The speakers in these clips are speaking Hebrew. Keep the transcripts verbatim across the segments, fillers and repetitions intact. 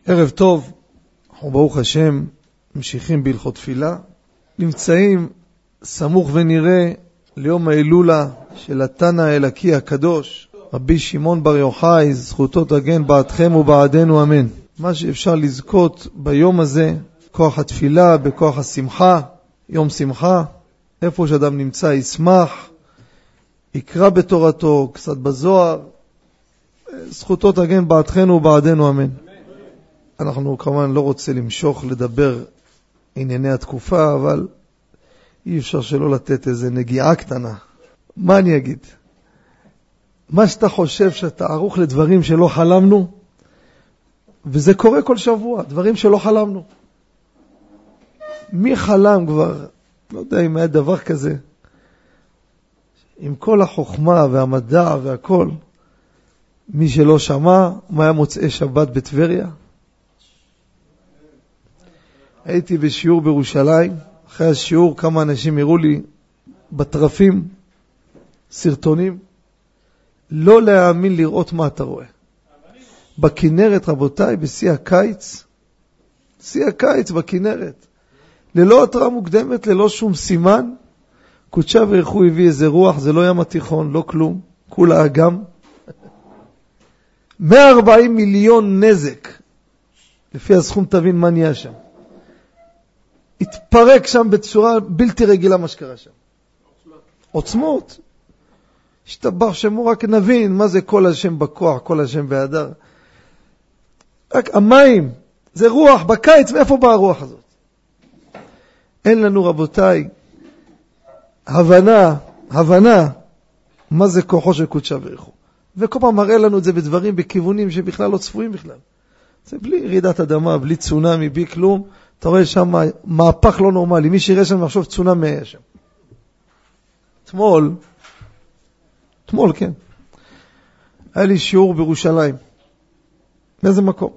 ערב טוב, אנחנו ברוך השם ממשיכים בהלכות תפילה, נמצאים סמוך ונראה ליום ההילולה של התנא האלוקי הקדוש, רבי שמעון בר יוחאי, זכותו תגן בעדכם ובעדנו אמן. מה שאפשר לזכות ביום הזה, כוח התפילה, בכוח השמחה, יום שמחה, איפה שאדם נמצא ישמח, יקרא בתורתו, קצת בזוהר, זכותו תגן בעדכנו ובעדנו אמן. אנחנו כמובן לא רוצה למשוך לדבר ענייני התקופה, אבל אי אפשר שלא לתת איזה נגיעה קטנה. מה אני אגיד? מה שאתה חושב שאתה ערוך לדברים שלא חלמנו, וזה קורה כל שבוע, דברים שלא חלמנו. מי חלם כבר, לא יודע אם היה דבר כזה, עם כל החוכמה והמדע והכל, מי שלא שמע, מה היה מוצאי שבת בטבריה? הייתי בשיעור בירושלים, אחרי השיעור כמה אנשים הראו לי בטרפים, סרטונים, לא להאמין לראות מה אתה רואה. בכנרת רבותיי, בשיא הקיץ, שיא הקיץ בכנרת, ללא התראה מוקדמת, ללא שום סימן, קודשה בריחו הביא איזה רוח, זה לא ים התיכון, לא כלום, כולה אגם. מאה וארבעים מיליון נזק, לפי הסכום תבין מה נהיה שם. התפרק שם בצורה בלתי רגילה מה שקרה שם. עוצמות. השתבח שמו, רק נבין מה זה כל השם בכוח, כל השם בהדר. רק המים, זה רוח, בקיץ, מאיפה באה הרוח הזאת? אין לנו רבותיי, הבנה, הבנה, מה זה כוחו של קודשה בריחו. וכל פעם מראה לנו את זה בדברים, בכיוונים שבכלל לא צפויים בכלל. זה בלי רעידת אדמה, בלי צונמי, בלי כלום. אתה רואה שם מהפך לא נורמלי. מי שיראה שם מחשוב צונמי היה שם. אתמול, אתמול כן, היה לי שיעור בירושלים. באיזה מקום.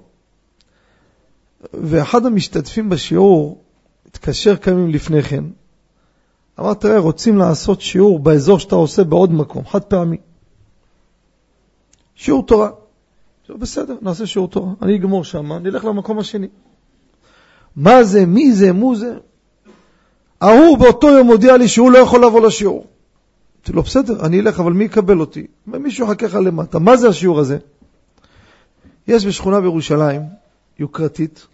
ואחד המשתתפים בשיעור התקשר כמים לפני כן. אמר, תראה, רוצים לעשות שיעור באזור שאתה עושה בעוד מקום, חד פעמי. שיעור תורה. בסדר, נעשה שיעור תורה. אני אגמור שם, נלך למקום השני. מה זה, מי זה, מו זה? ההוא באותו יום הודיע לי שהוא לא יכול לבוא לשיעור. אמרתי לו, בסדר, אני אלך, אבל מי יקבל אותי? מישהו חכה לך למטה. מה זה השיעור הזה? יש בשכונה בירושלים, יוקרתית,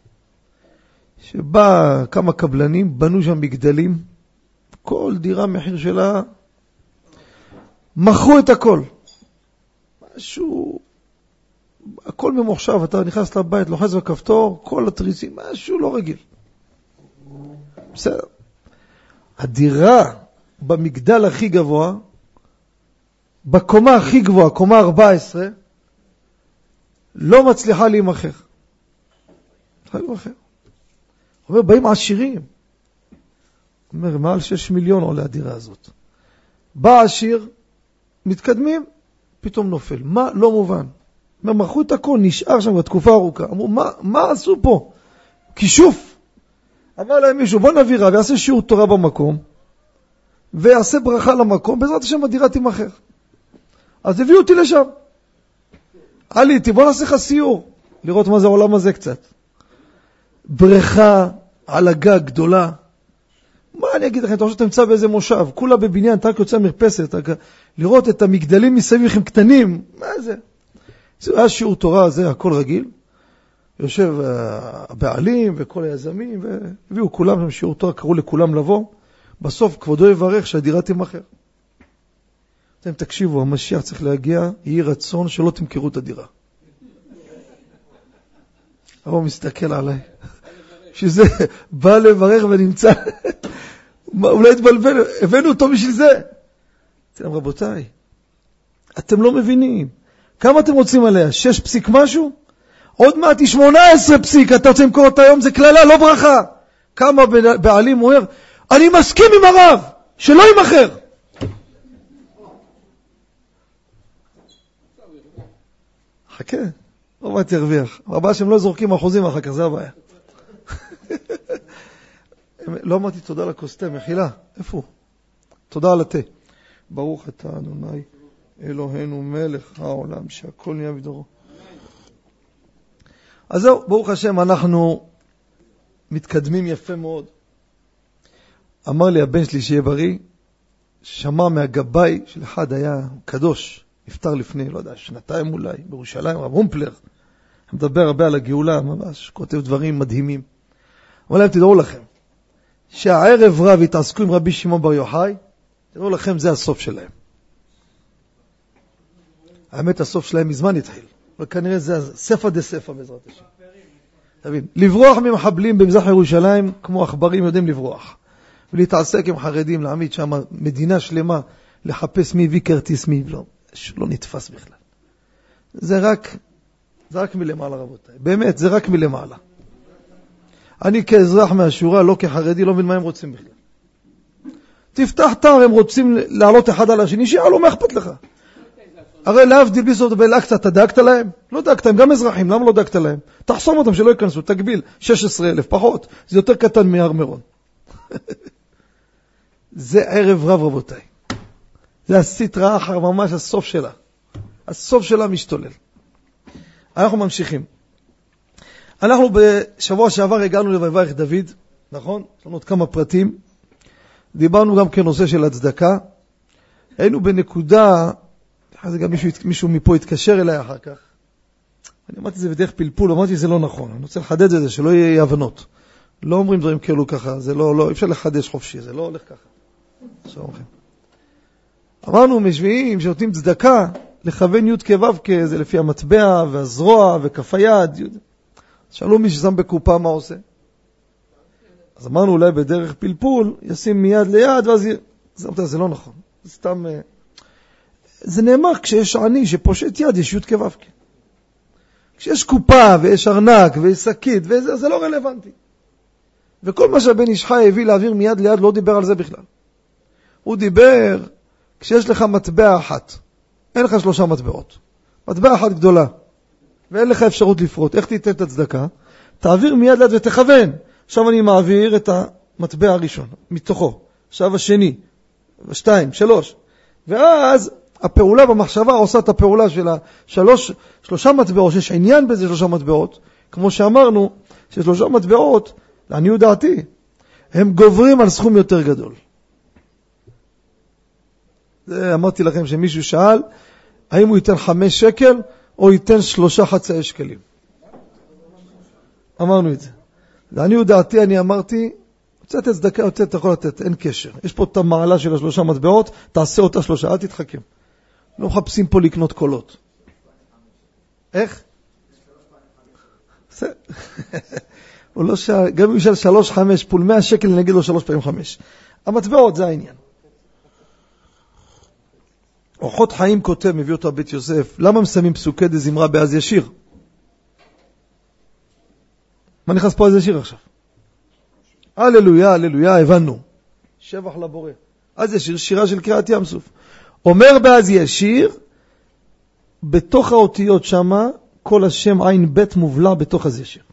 שבה כמה קבלנים בנו שם מגדלים, כל דירה מחיר שלה, מכרו את הכל. משהו, הכל ממוחשב, אתה נכנס לבית, לוחץ בכפתור, כל התריסים, משהו לא רגיל. בסדר. הדירה במגדל הכי גבוה, בקומה הכי גבוהה, קומה ארבע עשרה, לא מצליחה להימחר. מצליחה להימחר. אומר, באים עשירים. אומר, מעל שש מיליון עולה הדירה הזאת. בא עשיר, מתקדמים, פתאום נופל. מה? לא מובן. מכרו את הכל, נשאר שם בתקופה ארוכה. אמרו, מה, מה עשו פה? כישוף. אמר להם מישהו, בוא נביא רב, יעשה שיעור תורה במקום, ויעשה ברכה למקום, בעזרת השם הדירה תימחר. אז הביאו אותי לשם. עליתי, בוא נעשה לך סיור, לראות מה זה העולם הזה קצת. ברכה על הגג גדולה. מה אני אגיד לכם, אתה חושב שאתה נמצא באיזה מושב, כולה בבניין, אתה רק יוצא מרפסת, לראות את המגדלים מסביב לכם קטנים, מה זה? זה היה שיעור תורה, זה הכל רגיל. יושב הבעלים וכל היזמים, והביאו כולם שם שיעור תורה, קראו לכולם לבוא. בסוף כבודו יברך שהדירה תימחר. אתם תקשיבו, המשיח צריך להגיע, יהי רצון שלא תמכרו את הדירה. אבל הוא מסתכל עליי. שזה בא לברך ונמצא. אולי התבלבל, הבאנו אותו בשביל זה. אתם רבותיי, אתם לא מבינים. כמה אתם רוצים עליה? שש פסיק משהו? עוד מעט היא שמונה עשרה פסיק, אתה רוצה למכור אותה היום, זה כללה, לא ברכה. כמה בעלים אומר, אני מסכים עם הרב, שלא יימחר. חכה, לא מעט ירוויח. רבה שהם לא זורקים אחוזים אחר כך, זה הבעיה. לא אמרתי תודה לכוס תה, מחילה. איפה הוא? תודה על התה. ברוך אתה אדוני אלוהינו מלך העולם שהכל נהיה בדורו. אז זהו, ברוך השם, אנחנו מתקדמים יפה מאוד. אמר לי הבן שלי שיהיה בריא, שמע מהגבאי של אחד היה קדוש, נפטר לפני, לא יודע, שנתיים אולי, בירושלים, רב רומפלר, מדבר הרבה על הגאולה, ממש, כותב דברים מדהימים. אמר להם, תדעו לכם, שהערב רב התעסקו עם רבי שמעון בר יוחאי, תדעו לכם, זה הסוף שלהם. האמת, הסוף שלהם מזמן התחיל, וכנראה זה ספר דה ספר בעזרת השם. תבין, לברוח ממחבלים במזרח ירושלים, כמו עכברים יודעים לברוח. ולהתעסק עם חרדים, להעמיד שם מדינה שלמה, לחפש מי הביא כרטיס מי, לא, לא נתפס בכלל. זה רק, זה רק מלמעלה רבותיי. באמת, זה רק מלמעלה. אני כאזרח מהשורה, לא כחרדי, לא מבין מה הם רוצים בכלל. תפתח תר, הם רוצים לעלות אחד על השני, שיעלו, מה אכפת לך? הרי להבדיל ביסוד באל-אקצא, אתה דאגת להם? לא דאגת, הם גם אזרחים, למה לא דאגת להם? תחסום אותם שלא ייכנסו, תגביל, שש עשרה אלף פחות, זה יותר קטן מהר מירון. זה ערב רב רבותיי. זה הסטרא אחר, ממש הסוף שלה. הסוף שלה משתולל. אנחנו ממשיכים. אנחנו בשבוע שעבר הגענו לברך דוד, נכון? יש לנו עוד כמה פרטים. דיברנו גם כנושא של הצדקה. היינו בנקודה, זה גם מישהו, מישהו מפה התקשר אליי אחר כך. אני אמרתי זה בדרך פלפול, אמרתי זה לא נכון. אני רוצה לחדד את זה, שלא יהיה הבנות. לא אומרים דברים כאלו ככה, זה לא, לא, אפשר לחדש חופשי, זה לא הולך ככה. אמרנו משווים שנותנים צדקה לכוון י' כו' כזה לפי המטבע והזרוע וכף היד. שאלו מי ששם בקופה מה עושה. אז אמרנו אולי בדרך פלפול ישים מיד ליד ואז י... זה, זה לא נכון. זה סתם... זה נאמר כשיש עני שפושט יד יש י' כו'. כשיש קופה ויש ארנק ויש שקית וזה זה לא רלוונטי. וכל מה שהבן איש חי הביא להעביר מיד ליד לא דיבר על זה בכלל. הוא דיבר כשיש לך מטבע אחת, אין לך שלושה מטבעות. מטבע אחת גדולה, ואין לך אפשרות לפרוט. איך תיתן את הצדקה? תעביר מיד ליד ותכוון. עכשיו אני מעביר את המטבע הראשון, מתוכו. עכשיו השני, שתיים, שלוש. ואז הפעולה במחשבה עושה את הפעולה של השלוש, שלושה מטבעות, שיש עניין בזה שלושה מטבעות. כמו שאמרנו, ששלושה מטבעות, לעניות דעתי, הם גוברים על סכום יותר גדול. זה אמרתי לכם שמישהו שאל, האם הוא ייתן חמש שקל, או ייתן שלושה חצאי שקלים. אמרנו את זה. לעניות דעתי אני אמרתי, רוצה לתת צדקה, רוצה אתה יכול לתת, אין קשר. יש פה את המעלה של השלושה מטבעות, תעשה אותה שלושה, אל תתחכם. לא מחפשים פה לקנות קולות. איך? הוא לא שאל, גם אם ישאל שלוש חמש פול מאה שקל, נגיד לו שלוש פעמים חמש. המטבעות זה העניין. אורחות חיים כותב, מביא אותו בית יוסף, למה מסיימים פסוקי דזמרה באז ישיר? מה נכנס פה אז ישיר עכשיו? הללויה, הללויה, הבנו. שבח לבורא. אז ישיר, שירה של קריאת ים סוף. אומר באז ישיר, בתוך האותיות שמה, כל השם עין בית מובלע בתוך אז ישיר.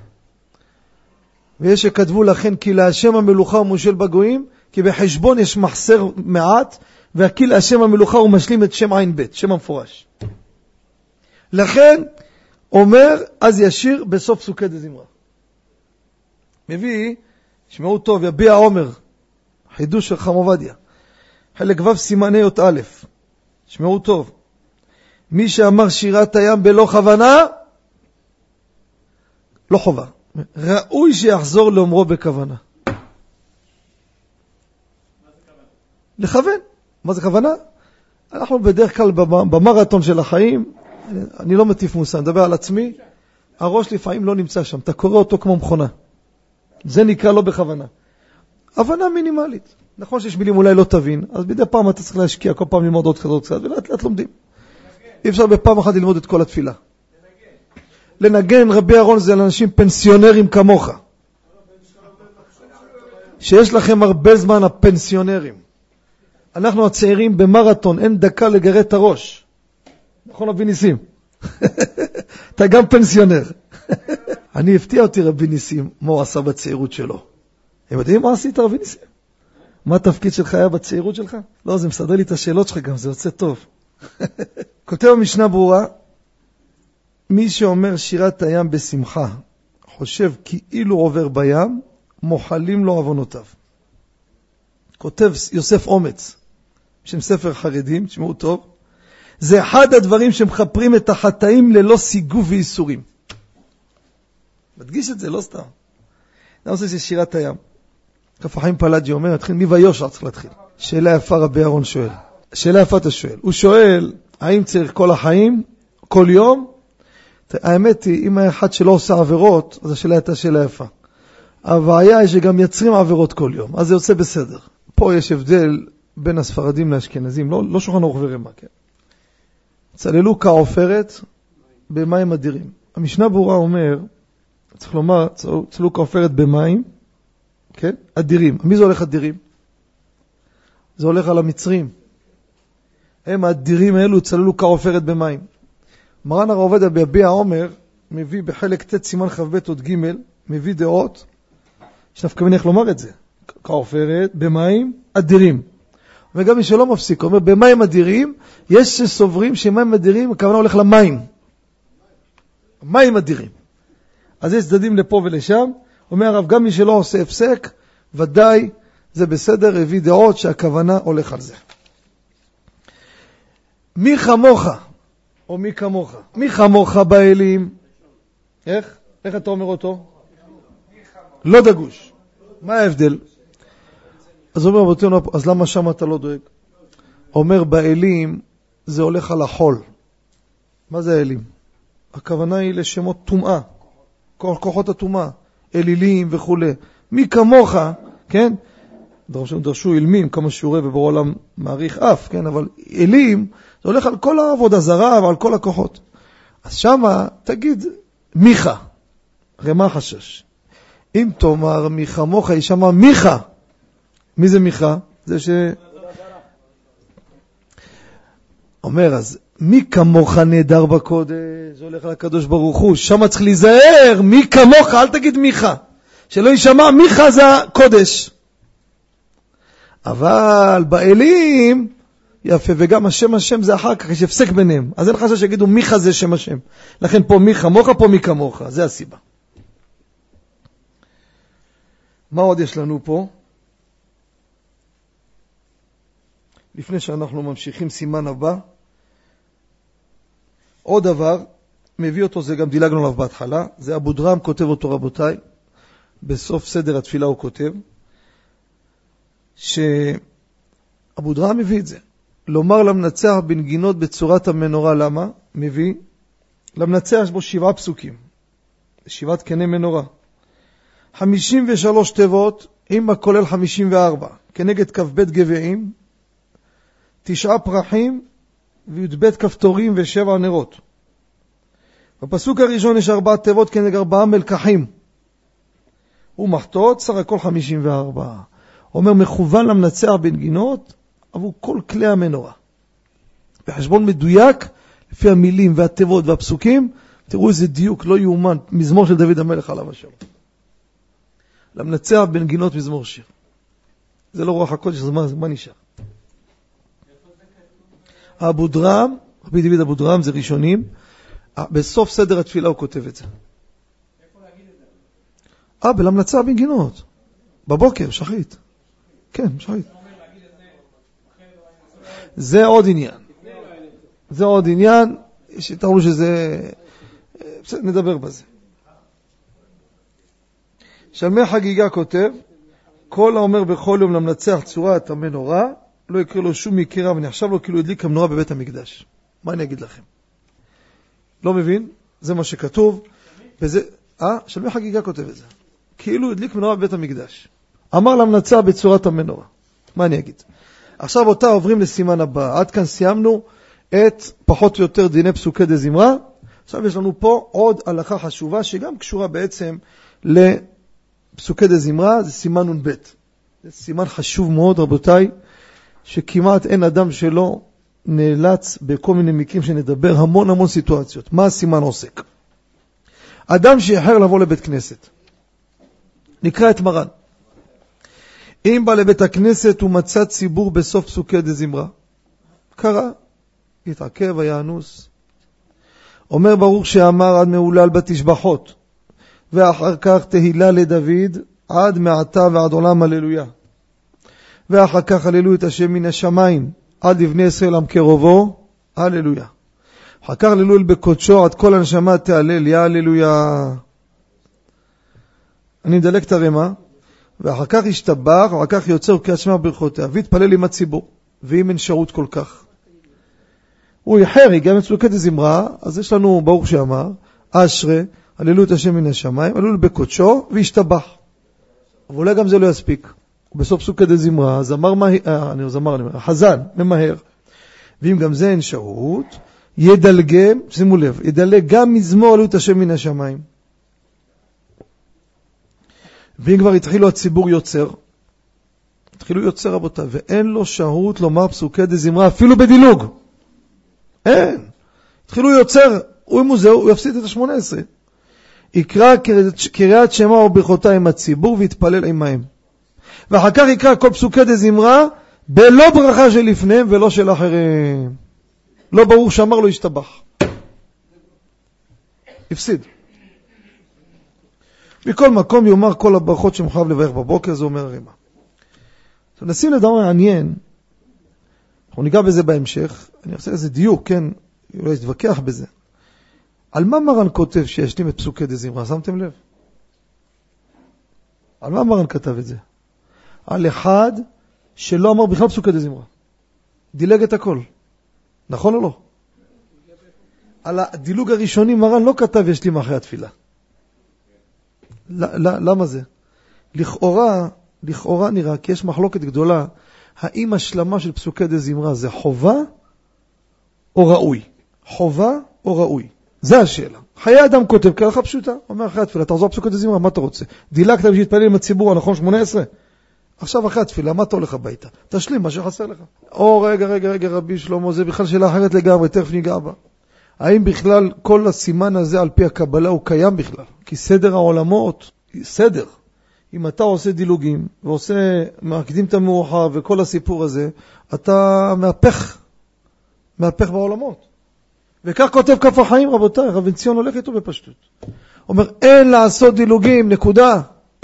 ויש שכתבו לכן, כי להשם המלוכה הוא מושל בגויים, כי בחשבון יש מחסר מעט, והכי להשם המלוכה הוא משלים את שם עין בית, שם המפורש. לכן, אומר, אז ישיר בסוף פסוקי דזמרה. מביא, שמעו טוב, יביע עומר, חידוש של חם עובדיה. חלק ו' סימני יות א', שמעו טוב. מי שאמר שירת הים בלא כוונה, לא חובה. ראוי שיחזור לאומרו בכוונה. לכוון. מה זה כוונה? אנחנו בדרך כלל במרתון של החיים, אני לא מטיף מוסר, אני מדבר על עצמי, הראש לפעמים לא נמצא שם, אתה קורא אותו כמו מכונה. זה נקרא לא בכוונה. הבנה מינימלית. נכון שיש מילים אולי לא תבין, אז בידי פעם אתה צריך להשקיע, כל פעם ללמוד עוד קצת עוד קצת, ולאט לאט לומדים. אי אפשר בפעם אחת ללמוד את כל התפילה. לנגן, רבי אהרון, זה לאנשים פנסיונרים כמוך. שיש לכם הרבה זמן הפנסיונרים. אנחנו הצעירים במרתון, אין דקה לגרד את הראש. נכון רבי ניסים? אתה גם פנסיונר. אני הפתיע אותי רבי ניסים, מה הוא עשה בצעירות שלו. הם יודעים מה עשית רבי ניסים? מה התפקיד שלך היה בצעירות שלך? לא, זה מסדר לי את השאלות שלך גם, זה יוצא טוב. כותב המשנה ברורה, מי שאומר שירת הים בשמחה, חושב כאילו עובר בים, מוחלים לו עוונותיו. כותב יוסף אומץ, שם ספר חרדים, תשמעו טוב, זה אחד הדברים שמחפרים את החטאים ללא סיגוף ואיסורים. מדגיש את זה, לא סתם. זה הנושא של שירת הים. כף החיים פלאג'י אומר, נתחיל מי ויושר צריך להתחיל. שאלה יפה רבי אהרון שואל. שאלה יפה אתה שואל. הוא שואל, האם צריך כל החיים, כל יום? האמת היא, אם היה אחד שלא עושה עבירות, אז השאלה הייתה שאלה יפה. הבעיה היא שגם יצרים עבירות כל יום, אז זה יוצא בסדר. פה יש הבדל בין הספרדים לאשכנזים, לא, לא שולחן ערוך ורמה, כן. צללו כעופרת במים אדירים. המשנה ברורה אומר, צריך לומר, צללו כעופרת במים, כן? אדירים. מי זה הולך אדירים? זה הולך על המצרים. הם האדירים האלו צללו כעופרת במים. מרן הרב עובדיה ביביע העומר מביא בחלק ט' סימן ח' עוד ג' מביא דעות שנפקא מינה איך לומר את זה. כעופרת במים אדירים. וגם מי שלא מפסיק, אומר במים אדירים, יש שסוברים שמים אדירים, הכוונה הולך למים. מים אדירים. אז יש צדדים לפה ולשם. אומר הרב, גם מי שלא עושה הפסק, ודאי זה בסדר, הביא דעות שהכוונה הולך על זה. מי חמוך, או מי כמוך? מי חמוך באלים? איך? איך אתה אומר אותו? לא דגוש. מה ההבדל? אז אומר רבותינו, אז למה שם אתה לא דואג? אומר באלים זה הולך על החול. מה זה האלים? הכוונה היא לשמות טומאה, כוחות הטומאה, אלילים וכו'. מי כמוך, כן? דרשו, דרשו אילמים, כמה שיעורי ובורא עולם מעריך אף, כן? אבל אלים זה הולך על כל העבודה זרה ועל כל הכוחות. אז שמה תגיד מיכה, הרי מה החשש? אם תאמר מי כמוך, היא שמה מיכה. מי זה מיכה? זה ש... אומר, אז מי כמוך נהדר בקודש? זה הולך על הקדוש ברוך הוא. שמה צריך להיזהר, מי כמוך, אל תגיד מיכה. שלא יישמע, מיכה זה הקודש. אבל באלים, יפה, וגם השם השם זה אחר כך, יש הפסק ביניהם. אז אין חשש שיגידו מיכה זה שם השם. לכן פה מי כמוך, פה מי כמוך. זה הסיבה. מה עוד יש לנו פה? לפני שאנחנו ממשיכים סימן הבא, עוד דבר, מביא אותו, זה גם דילגנו עליו בהתחלה, זה אבו דרם כותב אותו רבותיי, בסוף סדר התפילה הוא כותב, שאבו דרם מביא את זה, לומר למנצח בנגינות בצורת המנורה, למה? מביא, למנצח יש בו שבעה פסוקים, שבעת קני מנורה, חמישים ושלוש תיבות, עם הכולל חמישים וארבע, כנגד כ"ב גבעים, תשעה פרחים וי"ב כפתורים ושבע נרות. בפסוק הראשון יש ארבעה תיבות כנגד ארבעה מלקחים. ומחתות, סך הכל חמישים וארבע. אומר מכוון למנצח בנגינות עבור כל כלי המנורה. בחשבון מדויק, לפי המילים והתיבות והפסוקים, תראו איזה דיוק, לא יאומן, מזמור של דוד המלך עליו השלום. למנצח בנגינות מזמור שיר. זה לא רוח הקודש, אז מה, מה נשאר? אבו דרם, רבי דוד אבו דרם, זה ראשונים, בסוף סדר התפילה הוא כותב את זה. איפה להגיד את זה? אה, בלמנצח בנגינות. בבוקר, שחית. כן, שחית. זה עוד עניין. זה עוד עניין, שתראו שזה... נדבר בזה. שלמי חגיגה כותב, כל האומר בכל יום למנצח צורת המנורה, לא יקרה לו שום מקרה, ונחשב לו כאילו הדליק המנורה בבית המקדש. מה אני אגיד לכם? לא מבין? זה מה שכתוב. וזה, אה? שלמי חגיגה כותב את זה. כאילו הדליק מנורה בבית המקדש. אמר למנצח בצורת המנורה. מה אני אגיד? עכשיו אותה עוברים לסימן הבא. עד כאן סיימנו את פחות או יותר דיני פסוקי דזמרה. עכשיו יש לנו פה עוד הלכה חשובה שגם קשורה בעצם לפסוקי דזמרה, זה סימן נ"ב. זה סימן חשוב מאוד רבותיי, שכמעט אין אדם שלא נאלץ בכל מיני מקרים שנדבר המון המון סיטואציות. מה הסימן עוסק? אדם שיחר לבוא לבית כנסת. נקרא את מרן. אם בא לבית הכנסת ומצא ציבור בסוף פסוקי דזמרה, קרא, התעכב, היה אנוס. אומר ברוך שאמר עד מעולל בתשבחות, ואחר כך תהילה לדוד עד מעתה ועד עולם הללויה. ואחר כך הללו את השם מן השמיים עד לבני ישראל עם קרובו, הללויה. אחר כך הללו אל בקודשו עד כל הנשמה תהלל, יא הללויה. אני מדלק את הרמה, ואחר כך ישתבח, ואחר כך יוצר קריאת שמע ברכותיה, ויתפלל עם הציבור, ואם אין שרות כל כך. הוא יחרי, גם מצוקת הזמרה, אז יש לנו ברוך שאמר, אשרי, הללו את השם מן השמיים, הללו בקודשו, וישתבח. אבל אולי גם זה לא יספיק. בסוף פסוקת הזמרה, זמר מהיר, אה, אני זמר, אני אומר, חזן, ממהר. ואם גם זה אין שרות, ידלגם, שימו לב, ידלג גם מזמור הללו את השם מן השמיים. ואם כבר התחילו הציבור יוצר, התחילו יוצר רבותיי, ואין לו שרות לומר פסוקי דזמרה, אפילו בדילוג. אין. התחילו יוצר, הוא אם הוא זה, הוא יפסיד את השמונה עשרה. יקרא קריאת שמע וברכותיי עם הציבור ויתפלל עמהם. ואחר כך יקרא כל פסוקי דזמרה, בלא ברכה של לפניהם ולא של אחריהם. לא ברור שאמר לו ישתבח. הפסיד. בכל מקום יאמר כל הברכות שמחויב לברך בבוקר, זה אומר הרמ"א. עכשיו נשים לדבר מעניין, אנחנו ניגע בזה בהמשך, אני עושה איזה דיוק, כן, אולי נתווכח בזה. על מה מרן כותב שישלים את פסוקי דזמרה, שמתם לב? על מה מרן כתב את זה? על אחד שלא אמר בכלל פסוקי דזמרה. דילג את הכל. נכון או לא? על הדילוג הראשוני מרן לא כתב ישלים אחרי התפילה. למה זה? לכאורה, לכאורה נראה, כי יש מחלוקת גדולה, האם השלמה של פסוקי דזמרה זה חובה או ראוי? חובה או ראוי? זה השאלה. חיי אדם כותב כהלכה פשוטה, אומר אחרי התפילה, תחזור פסוקי דזמרה, מה אתה רוצה? דילגת בשביל להתפלל עם הציבור, הנכון שמונה עשרה? עכשיו אחרי התפילה, מה אתה הולך הביתה? תשלים מה שחסר לך. או רגע, רגע, רגע, רבי שלמה, זה בכלל שאלה אחרת לגמרי, תכף ניגע בה. האם בכלל כל הסימן הזה על פי הקבלה הוא קיים בכלל? כי סדר העולמות, סדר. אם אתה עושה דילוגים ועושה, מקדים את המאוחר וכל הסיפור הזה, אתה מהפך, מהפך בעולמות. וכך כותב כף החיים רבותיי, רב בן ציון הולך איתו בפשטות. אומר, אין לעשות דילוגים, נקודה.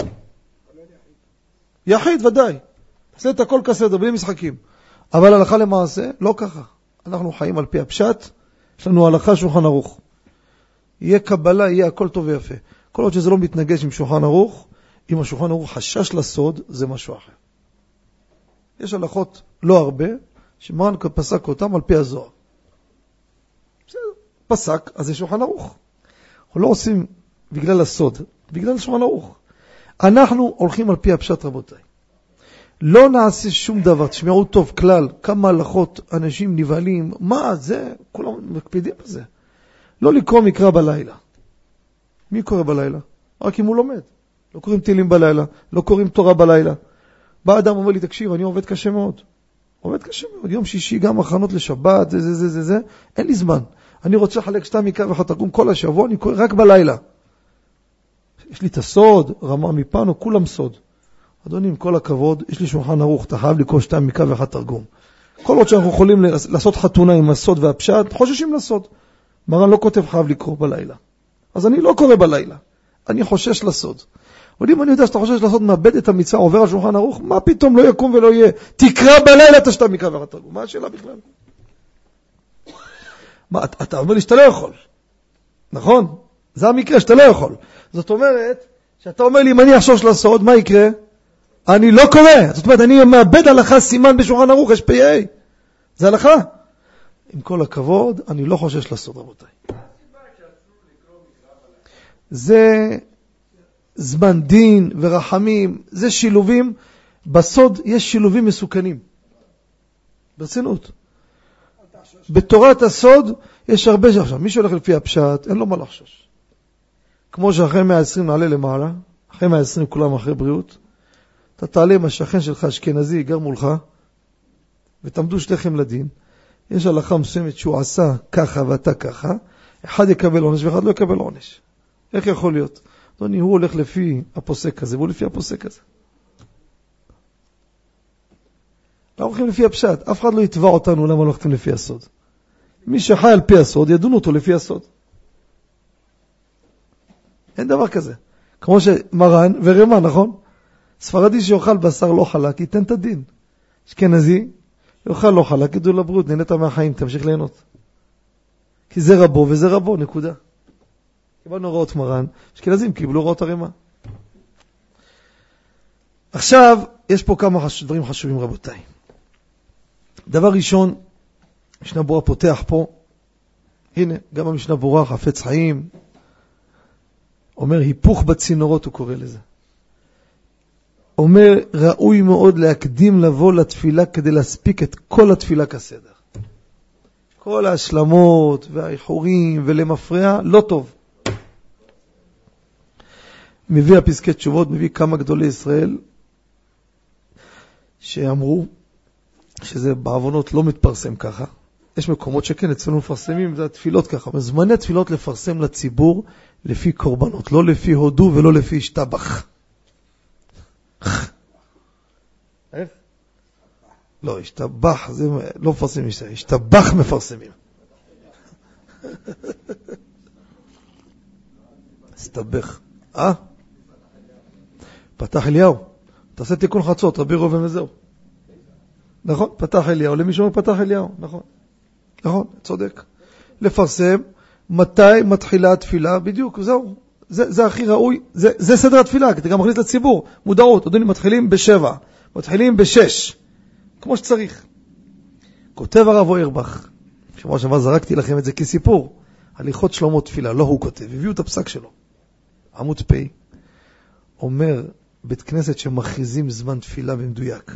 יחיד ודאי. תעשה את הכל כסדר, בלי משחקים. אבל הלכה למעשה, לא ככה. אנחנו חיים על פי הפשט, יש לנו הלכה שולחן ערוך. יהיה קבלה, יהיה הכל טוב ויפה. כל עוד שזה לא מתנגש עם שולחן ערוך, אם השולחן ערוך חשש לסוד, זה משהו אחר. יש הלכות לא הרבה, שמרן פסק אותם על פי הזוהר. בסדר, פסק, אז זה שולחן ערוך. אנחנו לא עושים בגלל הסוד, בגלל שולחן ערוך. אנחנו הולכים על פי הפשט רבותיי. לא נעשה שום דבר, תשמעו טוב, כלל, כמה הלכות, אנשים נבהלים, מה זה? כולם מקפידים בזה. לא לקרוא מקרא בלילה. מי קורא בלילה? רק אם הוא לומד. לא קוראים תהילים בלילה, לא קוראים תורה בלילה. בא אדם אומר לי, תקשיב, אני עובד קשה מאוד. עובד קשה מאוד, יום שישי גם הכנות לשבת, זה זה זה זה זה, אין לי זמן. אני רוצה לחלק שתי מקרא ואחת תרגום כל השבוע, אני קורא רק בלילה. יש לי את הסוד, רמה מפנו, כולם סוד. אדוני, עם כל הכבוד, יש לי שולחן ערוך, אתה חייב לקרוא שתי מקרא ואחת תרגום. כל עוד שאנחנו יכולים לעשות חתונה עם הסוד והפשט, חוששים לסוד. מרן לא כותב חייב לקרוא בלילה. אז אני לא קורא בלילה. אני חושש לסוד. אבל אם אני יודע שאתה חושש לסוד, מאבד את המצווה, עובר על שולחן ערוך, מה פתאום לא יקום ולא יהיה? תקרא בלילה את השתי מקרא ואחת תרגום. מה השאלה בכלל? מה, אתה אומר לי שאתה לא יכול. נכון? זה המקרה שאתה לא יכול. זאת אומרת, שאתה אומר לי, אם אני אחשוש לסוד, מה יקרה? אני לא קורא. זאת אומרת, אני מאבד הלכה סימן בשולחן ערוך, יש פי איי. זה הלכה. עם כל הכבוד, אני לא חושש לסוד, רבותיי. זה זמן דין ורחמים, זה שילובים, בסוד יש שילובים מסוכנים. ברצינות. בתורת הסוד יש הרבה שעכשיו. מי שהולך לפי הפשט, אין לו מה לחשוש. כמו שאחרי מאה ועשרים נעלה למעלה, אחרי מאה ועשרים כולם אחרי בריאות, אתה תעלה עם השכן שלך אשכנזי, ייגר מולך, ותעמדו שתיכם לדין. יש הלכה מסוימת שהוא עשה ככה ואתה ככה, אחד יקבל עונש ואחד לא יקבל עונש. איך יכול להיות? אדוני, הוא הולך לפי הפוסק הזה, והוא לפי הפוסק הזה. אנחנו הולכים לפי הפשט, אף אחד לא יתבע אותנו למה לא הולכים לפי הסוד. מי שחי על פי הסוד, ידון אותו לפי הסוד. אין דבר כזה. כמו שמרן ורמה, נכון? ספרדי שיאכל בשר לא חלק, ייתן את הדין. אשכנזי, יאכל לא חלק, ידעו לבריאות, נהנית מהחיים, תמשיך ליהנות. כי זה רבו וזה רבו, נקודה. קיבלנו הוראות מרן, אשכנזים קיבלו הוראות הרמה. עכשיו, יש פה כמה דברים חשובים רבותיי. דבר ראשון, משנה ברורה פותח פה, הנה, גם המשנה ברורה, חפץ חיים, אומר היפוך בצינורות, הוא קורא לזה. אומר, ראוי מאוד להקדים לבוא לתפילה כדי להספיק את כל התפילה כסדר. כל ההשלמות והאיחורים ולמפרע, לא טוב. מביא הפסקי תשובות, מביא כמה גדולי ישראל, שאמרו שזה בעוונות לא מתפרסם ככה. יש מקומות שכן, אצלנו מפרסמים, זה התפילות ככה. זמני תפילות לפרסם לציבור לפי קורבנות, לא לפי הודו ולא לפי השתבח. איך? לא, השתבח, זה לא מפרסמים, השתבח מפרסמים. השתבח. אה? פתח אליהו. תעשה תיקון חצות, רבי ראובן וזהו. נכון? פתח אליהו. למישהו אומר פתח אליהו. נכון. נכון, צודק. לפרסם מתי מתחילה התפילה, בדיוק, זהו. זה, זה הכי ראוי, זה, זה סדר התפילה, כי אתה גם מכניס לציבור. מודעות, אדוני, מתחילים בשבע, מתחילים בשש, כמו שצריך. כותב הרב אוירבך, שבוע שעבר זרקתי לכם את זה כסיפור, הליכות שלמה תפילה, לא הוא כותב, הביאו את הפסק שלו. עמוד פי, אומר, בית כנסת שמכריזים זמן תפילה במדויק.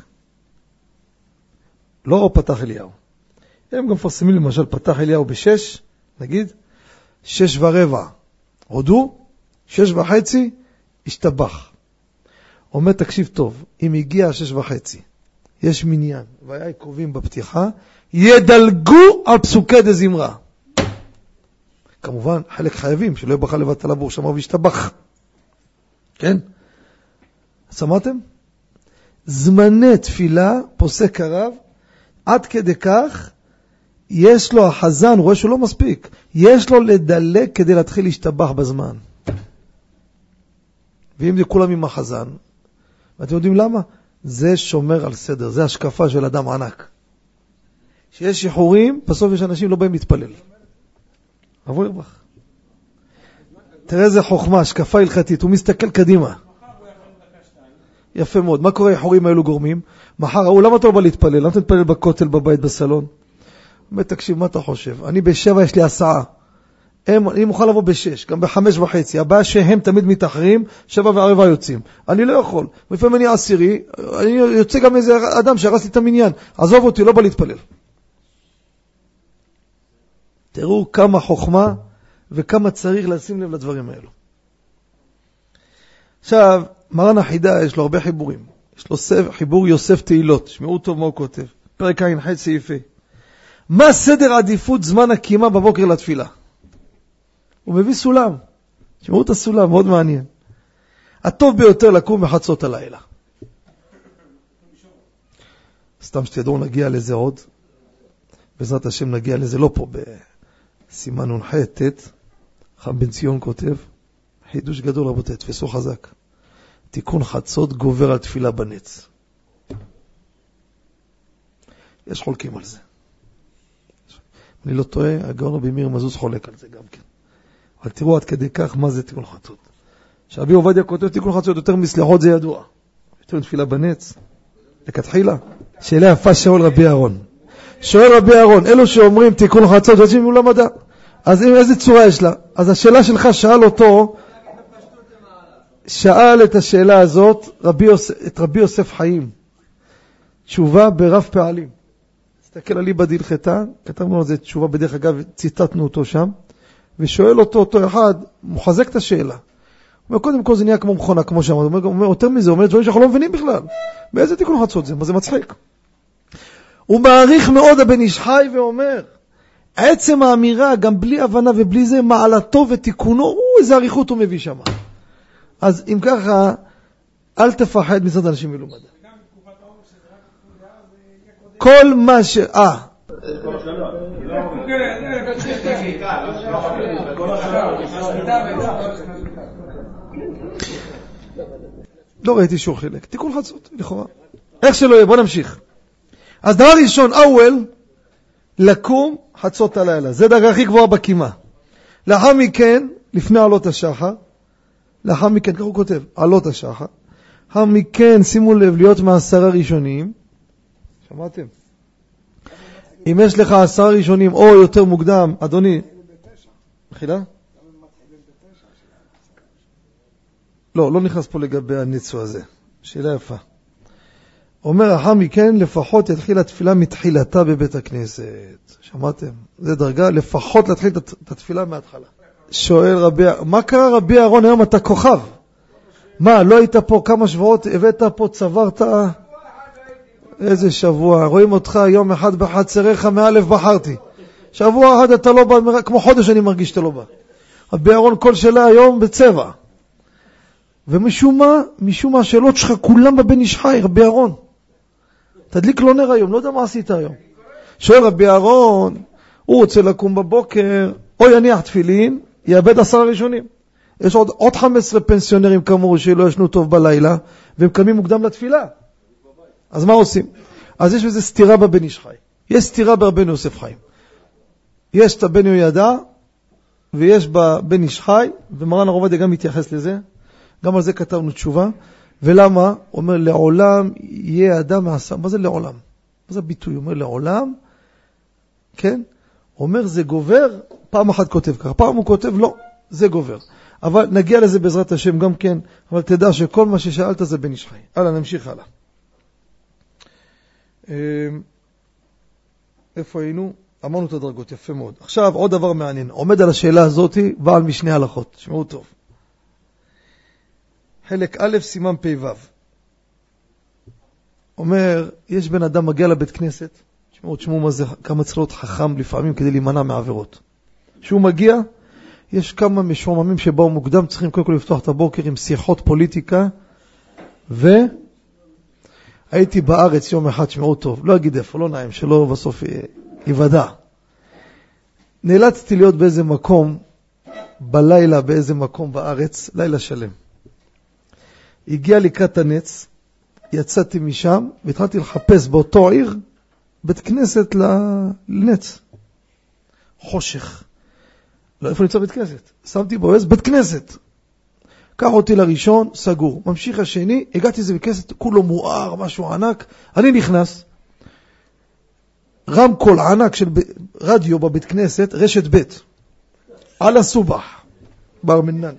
לא פתח אליהו. הם גם פרסמים למשל פתח אליהו בשש, נגיד, שש ורבע, הודו, שש וחצי, השתבח. אומר, תקשיב טוב, אם הגיע שש וחצי, יש מניין, והיה עיכובים בפתיחה, ידלגו על פסוקי דזמרה. כמובן, חלק חייבים, שלא יבחר לבטל עבור שמר והשתבח. כן? שמעתם? זמני תפילה, פוסק הרב, עד כדי כך, יש לו החזן, הוא רואה שהוא לא מספיק, יש לו לדלג כדי להתחיל להשתבח בזמן. ואם זה כולם עם החזן, ואתם יודעים למה? זה שומר על סדר, זה השקפה של אדם ענק. שיש שחורים, בסוף יש אנשים לא באים להתפלל. אבו ירבח. תראה איזה חוכמה, השקפה הלכתית, הוא מסתכל קדימה. יפה מאוד. מה קורה החורים האלו גורמים? מחר, הוא למה אתה לא בא להתפלל? למה אתה מתפלל בכותל, בבית, בסלון? אומר, תקשיב, מה אתה חושב? אני בשבע, יש לי הסעה. הם, אני מוכן לבוא בשש, גם בחמש וחצי. הבעיה שהם תמיד מתאחרים, שבע וערבה יוצאים. אני לא יכול. לפעמים אני עשירי, אני יוצא גם איזה אדם שהרס לי את המניין. עזוב אותי, לא בא להתפלל. תראו כמה חוכמה וכמה צריך לשים לב לדברים האלו. עכשיו, מרן החידה יש לו הרבה חיבורים. יש לו חיבור יוסף תהילות. שמעו טוב מה הוא כותב. פרק עין חי סעיפי. מה סדר עדיפות זמן הקימה בבוקר לתפילה? הוא מביא סולם. שמעו את הסולם, מאוד מעניין. הטוב ביותר לקום בחצות הלילה. סתם שתדעו, נגיע לזה עוד. בעזרת השם נגיע לזה, לא פה בסימן נ"ח ט', חם בן ציון כותב, חידוש גדול רבותי, תפסו חזק. תיקון חצות גובר על תפילה בנץ. יש חולקים על זה. אני לא טועה, הגאון רבי מאיר מזוז חולק על זה גם כן. אבל תראו עד כדי כך מה זה תיקון חצות. שרבי עובדיה כותב תיקון חצות יותר מסליחות, זה ידוע. יותר תפילה בנץ, לכתחילה. שאלה יפה שואל רבי אהרון. שואל רבי אהרון, אלו שאומרים תיקון חצות, יוצאים מול המדע. אז איזה צורה יש לה? אז השאלה שלך שאל אותו, שאל את השאלה הזאת רבי יוסף, את רבי יוסף חיים. תשובה ברב פעלים. תסתכל עלי בדיל חטא, כתבנו על זה תשובה בדרך אגב, ציטטנו אותו שם, ושואל אותו אותו אחד, מחזק את השאלה. הוא אומר, קודם כל זה נהיה כמו מכונה, כמו שאמרת. הוא אומר, יותר מזה, הוא אומר, דברים שאנחנו לא מבינים בכלל. באיזה תיקון חצות זה? מה זה מצחיק? הוא מעריך מאוד הבן איש חי ואומר, עצם האמירה, גם בלי הבנה ובלי זה, מעלתו ותיקונו, הוא איזה עריכות הוא מביא שם. אז אם ככה, אל תפחד מצד אנשים מלומדה. כל מה ש... אה. לא ראיתי שהוא חילק. תיקון חצות, לכאורה. איך שלא יהיה, בוא נמשיך. אז דבר ראשון, אוול, לקום חצות הלילה. זה דרגה הכי גבוהה בקימה. לאחר מכן, לפני עלות השחר, לאחר מכן, כך הוא כותב, עלות השחר, לאחר מכן, שימו לב, להיות מעשרה ראשונים. שמעתם? אם יש לך עשרה ראשונים או יותר מוקדם, אדוני, מחילה? לא, לא נכנס פה לגבי הניצו הזה. שאלה יפה. אומר, אחר מכן, לפחות יתחיל התפילה מתחילתה בבית הכנסת. שמעתם? זה דרגה, לפחות להתחיל את התפילה מההתחלה. שואל רבי, מה קרה רבי אהרון היום? אתה כוכב. מה, לא היית פה כמה שבועות, הבאת פה, צברת? איזה שבוע. רואים אותך יום אחד בחצריך, מאלף בחרתי. שבוע אחד אתה לא בא, כמו חודש אני מרגיש שאתה לא בא. רבי אהרון כל שלה היום בצבע. ומשום מה, משום מה השאלות שלך כולם בבן איש חי, רבי אהרון. תדליק לו נר היום, לא יודע מה עשית היום. שואל רבי אהרון, הוא רוצה לקום בבוקר, או יניח תפילין, יאבד עשרה ראשונים. יש עוד, עוד חמש עשרה פנסיונרים כמוהו שלא ישנו טוב בלילה, והם קמים מוקדם לתפילה. אז מה עושים? אז יש בזה סתירה בבן איש חי. יש סתירה ברבנו יוסף חיים. יש את הבן יהוידע, ויש בבן איש חי, ומרן הרב עובדיה גם מתייחס לזה. גם על זה כתבנו תשובה. ולמה? הוא אומר, לעולם יהיה אדם מעשה. מה זה לעולם? מה זה הביטוי? הוא אומר, לעולם, כן? הוא אומר, זה גובר, פעם אחת כותב ככה, פעם הוא כותב, לא, זה גובר. אבל נגיע לזה בעזרת השם גם כן, אבל תדע שכל מה ששאלת זה בן איש חי. הלאה, נמשיך הלאה. איפה היינו? אמרנו את הדרגות, יפה מאוד. עכשיו, עוד דבר מעניין. עומד על השאלה הזאת, בעל משני הלכות. שמעו טוב. חלק א', סימן פ' ו'. אומר, יש בן אדם מגיע לבית כנסת, שמעו, תשמעו מה זה, כמה צריך להיות חכם לפעמים כדי להימנע מעבירות. כשהוא מגיע, יש כמה משוממים שבאו מוקדם, צריכים קודם כל לפתוח את הבוקר עם שיחות פוליטיקה, והייתי בארץ יום אחד, שמעו טוב, לא אגיד איפה, לא נעים, שלא בסוף יוודע. נאלצתי להיות באיזה מקום, בלילה באיזה מקום בארץ, לילה שלם. הגיע לקראת הנץ, יצאתי משם, והתחלתי לחפש באותו עיר, בית כנסת לנץ. חושך. לא, איפה נמצא בית כנסת? שמתי בו איזה בית כנסת. קח אותי לראשון, סגור. ממשיך השני, הגעתי לזה בית כנסת, כולו מואר, משהו ענק. אני נכנס, רמקול ענק של רדיו בבית כנסת, רשת בית. על הסובח, בר מנן.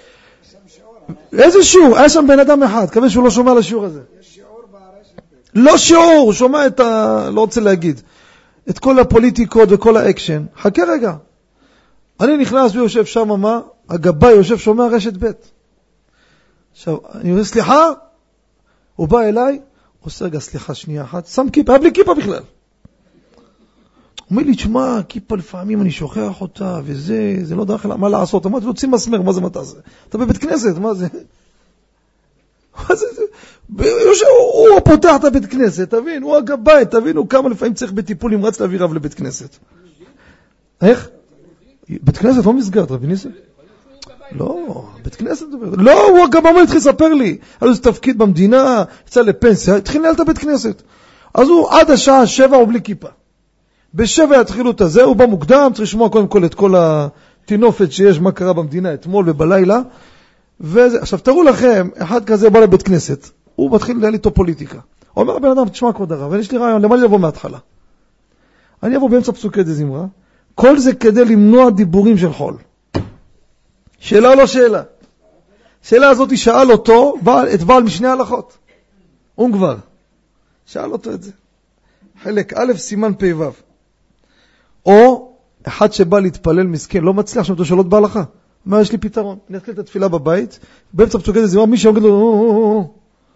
איזה שיעור? היה שם בן אדם אחד, כמה שהוא לא שומע לשיעור הזה. יש שיעור ברשת בית. לא שיעור, הוא שומע את ה... לא רוצה להגיד. את כל הפוליטיקות וכל האקשן. חכה רגע. אני נכנס ויושב שם, מה? הגבאי יושב שומע רשת בית. עכשיו, אני אומר, סליחה? הוא בא אליי, הוא עושה רגע, סליחה, שנייה אחת, שם כיפה, היה בלי כיפה בכלל. הוא אומר לי, תשמע, כיפה לפעמים אני שוכח אותה, וזה, זה לא דרך, מה לעשות? אמרתי, תוציא מסמר, מה זה מתה זה? אתה בבית כנסת, מה זה? מה זה? יושב, הוא פותח את הבית כנסת, תבין, הוא הגבאי, תבין, הוא כמה לפעמים צריך בטיפול נמרץ להביא רב לבית כנסת. איך? בית כנסת לא מסגרת, רבי ניסים? לא, בית כנסת, לא, הוא הגבאי, הוא התחיל לספר לי, היה איזה תפקיד במדינה, יצא לפנסיה, התחיל לנהל את הבית כנסת. אז הוא עד השעה שבע הוא בלי כיפה. בשבע יתחילו את הזה, הוא בא מוקדם, צריך לשמוע קודם כל את כל התינופת שיש מה קרה במדינה אתמול ובלילה. וזה, עכשיו תראו לכם, אחד כזה בא לבית כנסת, הוא מתחיל לנהל איתו פוליטיקה. הוא אומר, בן אדם, תשמע כבוד הרב, ויש לי רעיון, למה אני לבוא מההתחלה? אני אבוא באמצע פסוקי דזמרה, כל זה כדי למנוע דיבורים של חול. שאלה או לא שאלה? שאלה הזאת שאל אותו, את בעל משני הלכות. הוא כבר. שאל אותו את זה. חלק א', סימן פ' ו'. או אחד שבא להתפלל מסכן, לא מצליח שם את השאלות בהלכה. מה, יש לי פתרון. אני אתחיל את התפילה בבית, באמצע פסוקי דזמרה, מי שאומר לו,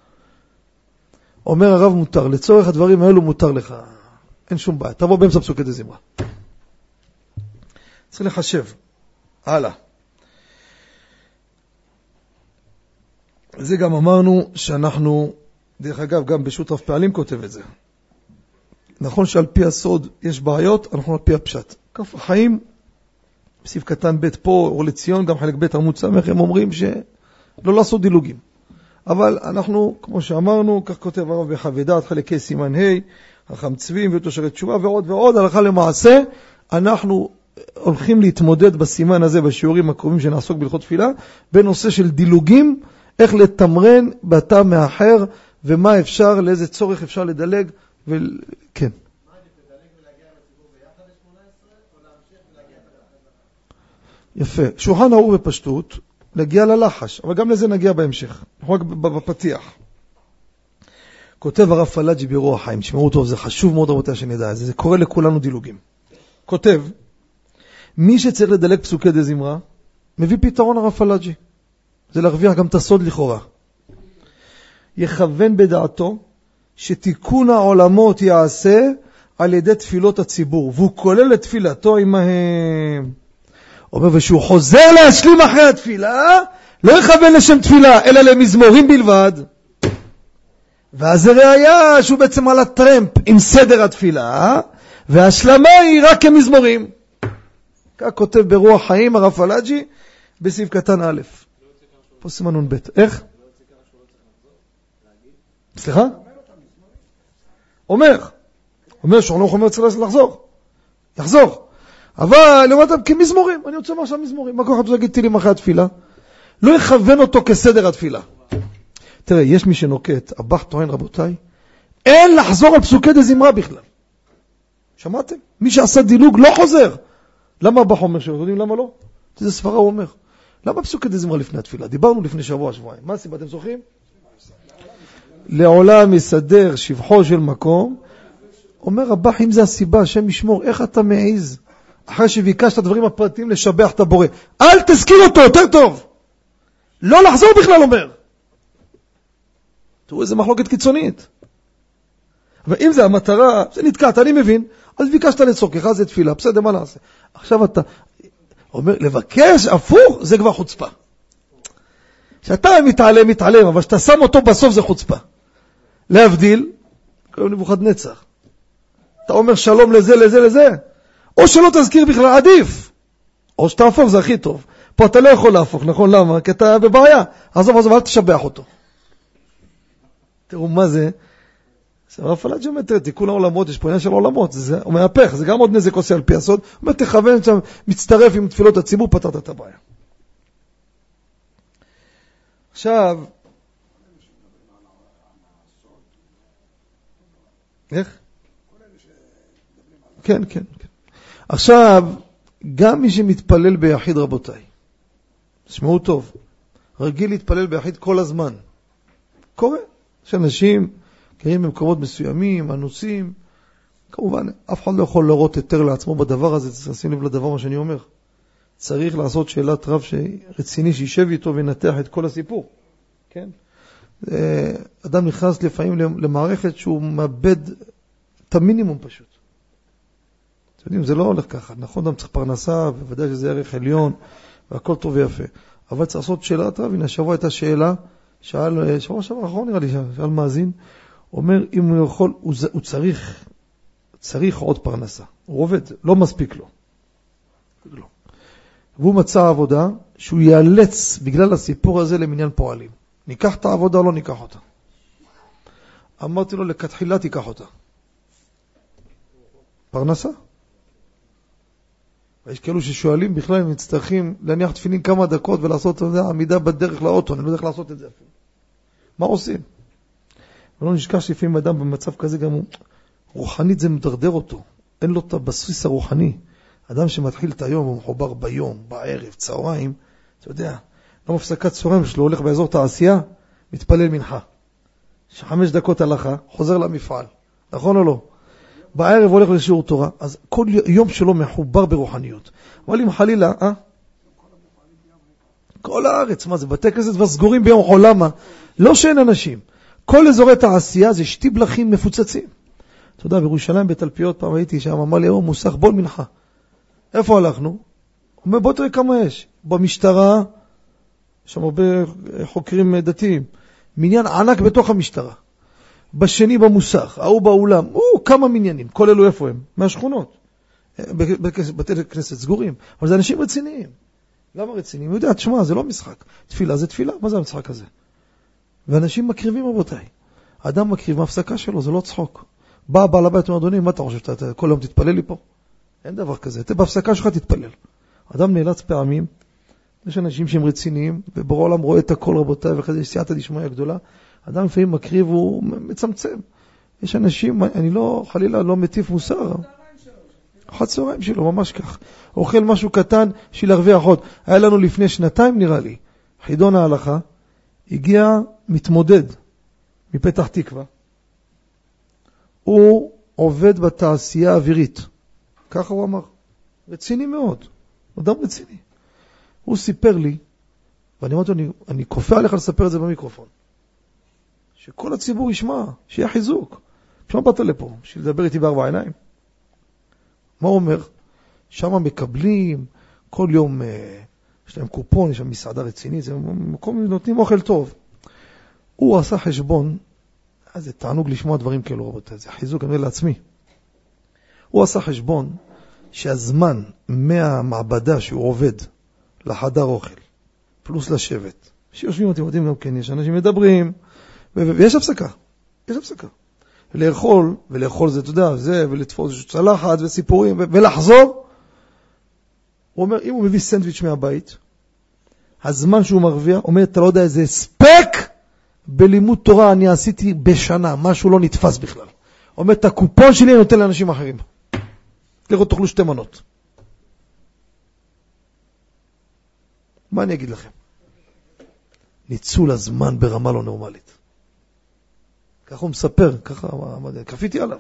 אומר הרב מותר, לצורך הדברים האלו מותר לך. אין שום בעיה, תבוא באמצע פסוקי דזמרה. צריך לחשב. הלאה. זה גם אמרנו שאנחנו, דרך אגב, גם בשותף פעלים כותב את זה. נכון שעל פי הסוד יש בעיות, אנחנו על פי הפשט. כף החיים, בסעיף קטן ב' פה, אור לציון, גם חלק ב' עמוד סמך, הם אומרים שלא לעשות דילוגים. אבל אנחנו, כמו שאמרנו, כך כותב הרב בחב"ד, חלקי סימן ה', חכם צבי ותושרי תשובה ועוד ועוד, הלכה למעשה, אנחנו הולכים להתמודד בסימן הזה, בשיעורים הקרובים שנעסוק בהלכות תפילה, בנושא של דילוגים, איך לתמרן בטעם מאחר, ומה אפשר, לאיזה צורך אפשר לדלג, וכן. מה עדיף, לדלג ולהגיע לציבור ביחד ל-שמונה עשרה, או להמשיך ולהגיע ללחש? יפה. שולחן ערוך בפשטות, להגיע ללחש, אבל גם לזה נגיע בהמשך, רק בפתיח. כותב הרב פלאג'י ברוח חיים, תשמעו טוב, זה חשוב מאוד רבותיי שנדע את זה, זה קורה לכולנו דילוגים. כותב, מי שצריך לדלג פסוקי דזמרה, מביא פתרון הרב פלאג'י. זה להרוויח גם את הסוד לכאורה. יכוון בדעתו שתיקון העולמות יעשה על ידי תפילות הציבור, והוא כולל את תפילתו עמהם. אומר, ושהוא חוזר להשלים אחרי התפילה, לא יכוון לשם תפילה, אלא למזמורים בלבד. ואז זה ראיה שהוא בעצם על הטרמפ עם סדר התפילה, וההשלמה היא רק כמזמורים. כך כותב ברוח חיים הרב פלאג'י בסעיף קטן א'. פה סימן נון ב'. איך? סליחה? אומר. אומר שהוא לא צריך לחזור. יחזור. אבל למטה כמזמורים. אני רוצה לומר שהמזמורים. מה כל אחד להגיד תהילים אחרי התפילה? לא יכוון אותו כסדר התפילה. תראה, יש מי שנוקט, הבח טוען רבותיי, אין לחזור על פסוקי דזמרה בכלל. שמעתם? מי שעשה דילוג לא חוזר. למה הבח אומר שלא? יודעים למה לא? זה ספרה הוא אומר. למה פסוקי דזמרה לפני התפילה? דיברנו לפני שבוע, שבועיים. מה הסיבה? אתם זוכרים? לעולם יסדר שבחו של מקום. אומר הבח, אם זה הסיבה, השם ישמור, איך אתה מעיז? אחרי שביקשת הדברים הפרטיים לשבח את הבורא. אל תזכיר אותו, יותר טוב. לא לחזור בכלל, אומר. תראו איזה מחלוקת קיצונית. ואם זה המטרה, זה נתקעת, אני מבין, אז ביקשת לצורכך, זה תפילה, בסדר, מה נעשה? עכשיו אתה אומר, לבקש הפוך, זה כבר חוצפה. שאתה מתעלם, מתעלם, אבל שאתה שם אותו בסוף זה חוצפה. להבדיל, כמו נבוכדנצר. אתה אומר שלום לזה, לזה, לזה. או שלא תזכיר בכלל, עדיף. או שתהפוך, זה הכי טוב. פה אתה לא יכול להפוך, נכון? למה? כי אתה בבעיה. עזוב, עזוב, אל תשבח אותו. תראו מה זה. זה הרב פלאג'י אומר, תראה, תיקון העולמות, יש פה עניין של עולמות, זה, הוא מהפך, זה גם עוד נזק עושה על פי הסוד, הוא אומר, תכוון שם, מצטרף עם תפילות הציבור, פתרת את הבעיה. עכשיו, איך? כן, כן, כן. עכשיו, גם מי שמתפלל ביחיד רבותיי, תשמעו טוב, רגיל להתפלל ביחיד כל הזמן. קורה, יש אנשים קיים במקומות מסוימים, אנוסים, כמובן, אף אחד לא יכול לראות יותר לעצמו בדבר הזה, צריך לשים לב לדבר מה שאני אומר. צריך לעשות שאלת רב רציני שישב איתו וינתח את כל הסיפור. כן? אדם נכנס לפעמים למערכת שהוא מאבד את המינימום פשוט. אתם יודעים, זה לא הולך ככה. נכון, אדם צריך פרנסה, ובוודאי שזה ערך עליון, והכל טוב ויפה. אבל צריך לעשות שאלת רב. הנה, השבוע הייתה שאלה, שאל, שבוע שבוע אחרון נראה לי, שאל מאזין, אומר, אם הוא יכול, הוא, הוא צריך, צריך עוד פרנסה. הוא עובד, לא מספיק לו. לא. והוא מצא עבודה שהוא ייאלץ בגלל הסיפור הזה למניין פועלים. ניקח את העבודה או לא ניקח אותה? אמרתי לו, לכתחילה תיקח אותה. פרנסה. ויש כאלו ששואלים בכלל אם מצטרכים להניח תפילין כמה דקות ולעשות עמידה בדרך לאוטו, אני לא יודע איך לעשות את זה אפילו. מה עושים? ולא נשכח שלפעמים אדם במצב כזה גם הוא, רוחנית זה מדרדר אותו. אין לו את הבסיס הרוחני. אדם שמתחיל את היום, הוא מחובר ביום, בערב, צהריים, אתה יודע, לא מפסקת צהריים שלו, הולך באזור תעשייה, מתפלל מנחה. שחמש דקות הלכה, חוזר למפעל. נכון או לא? בערב הולך לשיעור תורה, אז כל יום שלו מחובר ברוחניות. אבל אם חלילה, אה? כל הארץ, מה זה? בתי כנסת כבר סגורים ביום חול, למה? לא שאין אנשים. כל אזורי תעשייה זה שתי בלחים מפוצצים. אתה יודע, בירושלים בתלפיות פעם הייתי שם, אמר לי, הוא מוסך בול מנחה. איפה הלכנו? הוא אומר, בוא תראה כמה יש. במשטרה, יש שם הרבה חוקרים דתיים. מניין ענק בתוך המשטרה. בשני במוסך, ההוא באולם, או, כמה מניינים. כל אלו איפה הם? מהשכונות. בתי כנסת סגורים. אבל זה אנשים רציניים. למה רציניים? הוא יודע, תשמע, זה לא משחק. תפילה זה תפילה. מה זה המשחק הזה? ואנשים מקריבים רבותיי. אדם מקריב מהפסקה שלו, זה לא צחוק. בא בעל הבית, אומר, אדוני, מה אתה חושב? אתה כל יום תתפלל לי פה? אין דבר כזה. אתה בהפסקה שלך תתפלל. אדם נאלץ פעמים, יש אנשים שהם רציניים, ובורא עולם רואה את הכל רבותיי, ואחרי זה יש סייעתא דשמיא גדולה. אדם לפעמים מקריב, הוא מצמצם. יש אנשים, אני לא, חלילה, לא מטיף מוסר. אחת צהריים שלו, ממש כך. אוכל משהו קטן, בשביל להרוויח עוד. היה לנו לפני שנתיים, נראה לי, חידון ההלכה, הגיע מתמודד מפתח תקווה. הוא עובד בתעשייה האווירית. ככה הוא אמר. רציני מאוד. אדם רציני. הוא סיפר לי, ואני אמרתי, אני, אני כופה עליך לספר את זה במיקרופון. שכל הציבור ישמע, שיהיה חיזוק. בשביל מה באת לפה? בשביל לדבר איתי בארבע עיניים. מה הוא אומר? שם מקבלים, כל יום אה, יש להם קופון, יש שם מסעדה רצינית, זה מקום נותנים אוכל טוב. הוא עשה חשבון, אז זה תענוג לשמוע דברים כאלו רבותיי, זה חיזוק, אני אומר לעצמי. הוא עשה חשבון שהזמן מהמעבדה שהוא עובד לחדר אוכל, פלוס לשבת, שיושבים אותי, אותי גם כן, יש אנשים מדברים, ויש הפסקה, יש הפסקה. לאכול, ולאכול זה, אתה יודע, זה, ולתפוס צלחת וסיפורים, ולחזור. הוא אומר, אם הוא מביא סנדוויץ' מהבית, הזמן שהוא מרוויח, אומר, אתה לא יודע איזה ספק בלימוד תורה אני עשיתי בשנה, משהו לא נתפס בכלל. אומר, את הקופון שלי אני נותן לאנשים אחרים. לכו תאכלו שתי מנות. מה אני אגיד לכם? ניצול הזמן ברמה לא נורמלית. ככה הוא מספר, ככה, קפיתי עליו.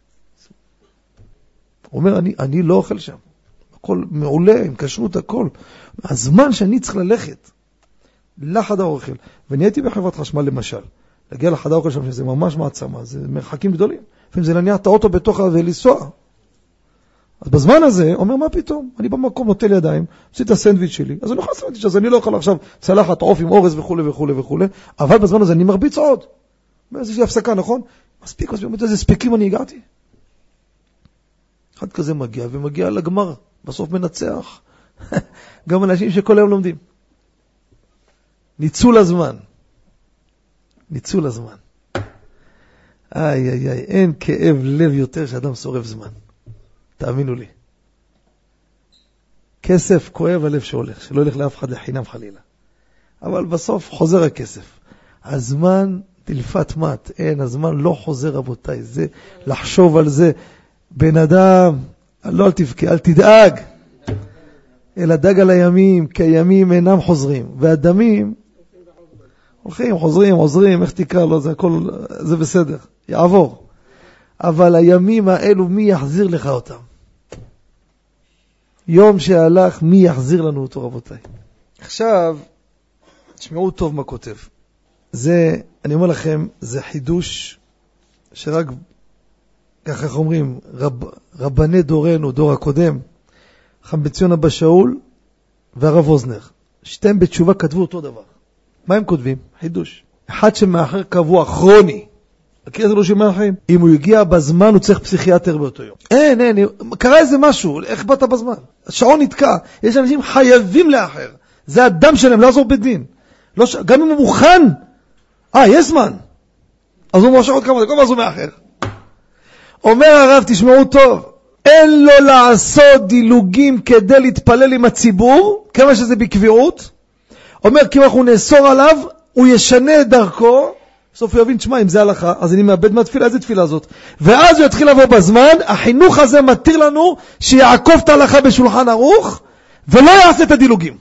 הוא אומר, אני, אני לא אוכל שם. הכל מעולה, עם כשרות, הכל. הזמן שאני צריך ללכת לחדר האוכל, ואני הייתי בחברת חשמל למשל, להגיע לחדר האוכל שם, שזה ממש מעצמה, זה מרחקים גדולים. לפעמים זה להניע את האוטו בתוך ולנסוע. אז בזמן הזה, אומר, מה פתאום? אני במקום נוטל ידיים, עושה את הסנדוויץ' שלי, אז אני אוכל סנדוויץ', אז אני לא אוכל עכשיו צלחת עוף עם אורז וכו' וכו' וכו', אבל בזמן הזה אני מרביץ עוד. יש לי הפסקה, נכון? מספיק, מספיק, איזה ספקים אני הגעתי. אחד כזה מגיע, ומגיע לגמר, בסוף מנצח. גם אנשים שכל היום לומדים. ניצול הזמן. ניצול הזמן. איי, איי, איי, אין כאב לב יותר שאדם שורף זמן. תאמינו לי. כסף כואב הלב שהולך, שלא ילך לאף אחד לחינם חלילה. אבל בסוף חוזר הכסף. הזמן תלפת מת, אין, הזמן לא חוזר רבותיי, זה לחשוב על זה. בן אדם, לא אל תבכה, אל תדאג, אלא דאג על הימים, כי הימים אינם חוזרים, והדמים הולכים, חוזרים, עוזרים, איך תקרא לו, זה הכל, זה בסדר, יעבור. אבל הימים האלו, מי יחזיר לך אותם? יום שהלך, מי יחזיר לנו אותו רבותיי? עכשיו, תשמעו טוב מה כותב. זה, אני אומר לכם, זה חידוש שרק, ככה אומרים, רב, רבני דורנו, דור הקודם, חם בציון אבא שאול והרב אוזנר, שתיהם בתשובה כתבו אותו דבר. מה הם כותבים? חידוש. אחד שמאחר קבוע, כרוני. מכיר את זה לא שמאחרים? אם הוא הגיע בזמן, הוא צריך פסיכיאטר באותו יום. אין, אין, קרה איזה משהו, איך באת בזמן? השעון נתקע, יש אנשים חייבים לאחר. זה הדם שלהם, לא עזור בדין. לא ש... גם אם הוא מוכן, אה, יש זמן. אז הוא מושך עוד כמה דקות, אז הוא מאחר. אומר הרב, תשמעו טוב, אין לו לעשות דילוגים כדי להתפלל עם הציבור, כמה שזה בקביעות. אומר, כי אם אנחנו נאסור עליו, הוא ישנה את דרכו, בסוף הוא יבין, תשמע, אם זה הלכה, אז אני מאבד מהתפילה, איזה תפילה הזאת? ואז הוא יתחיל לבוא בזמן, החינוך הזה מתיר לנו שיעקוף את ההלכה בשולחן ערוך, ולא יעשה את הדילוגים.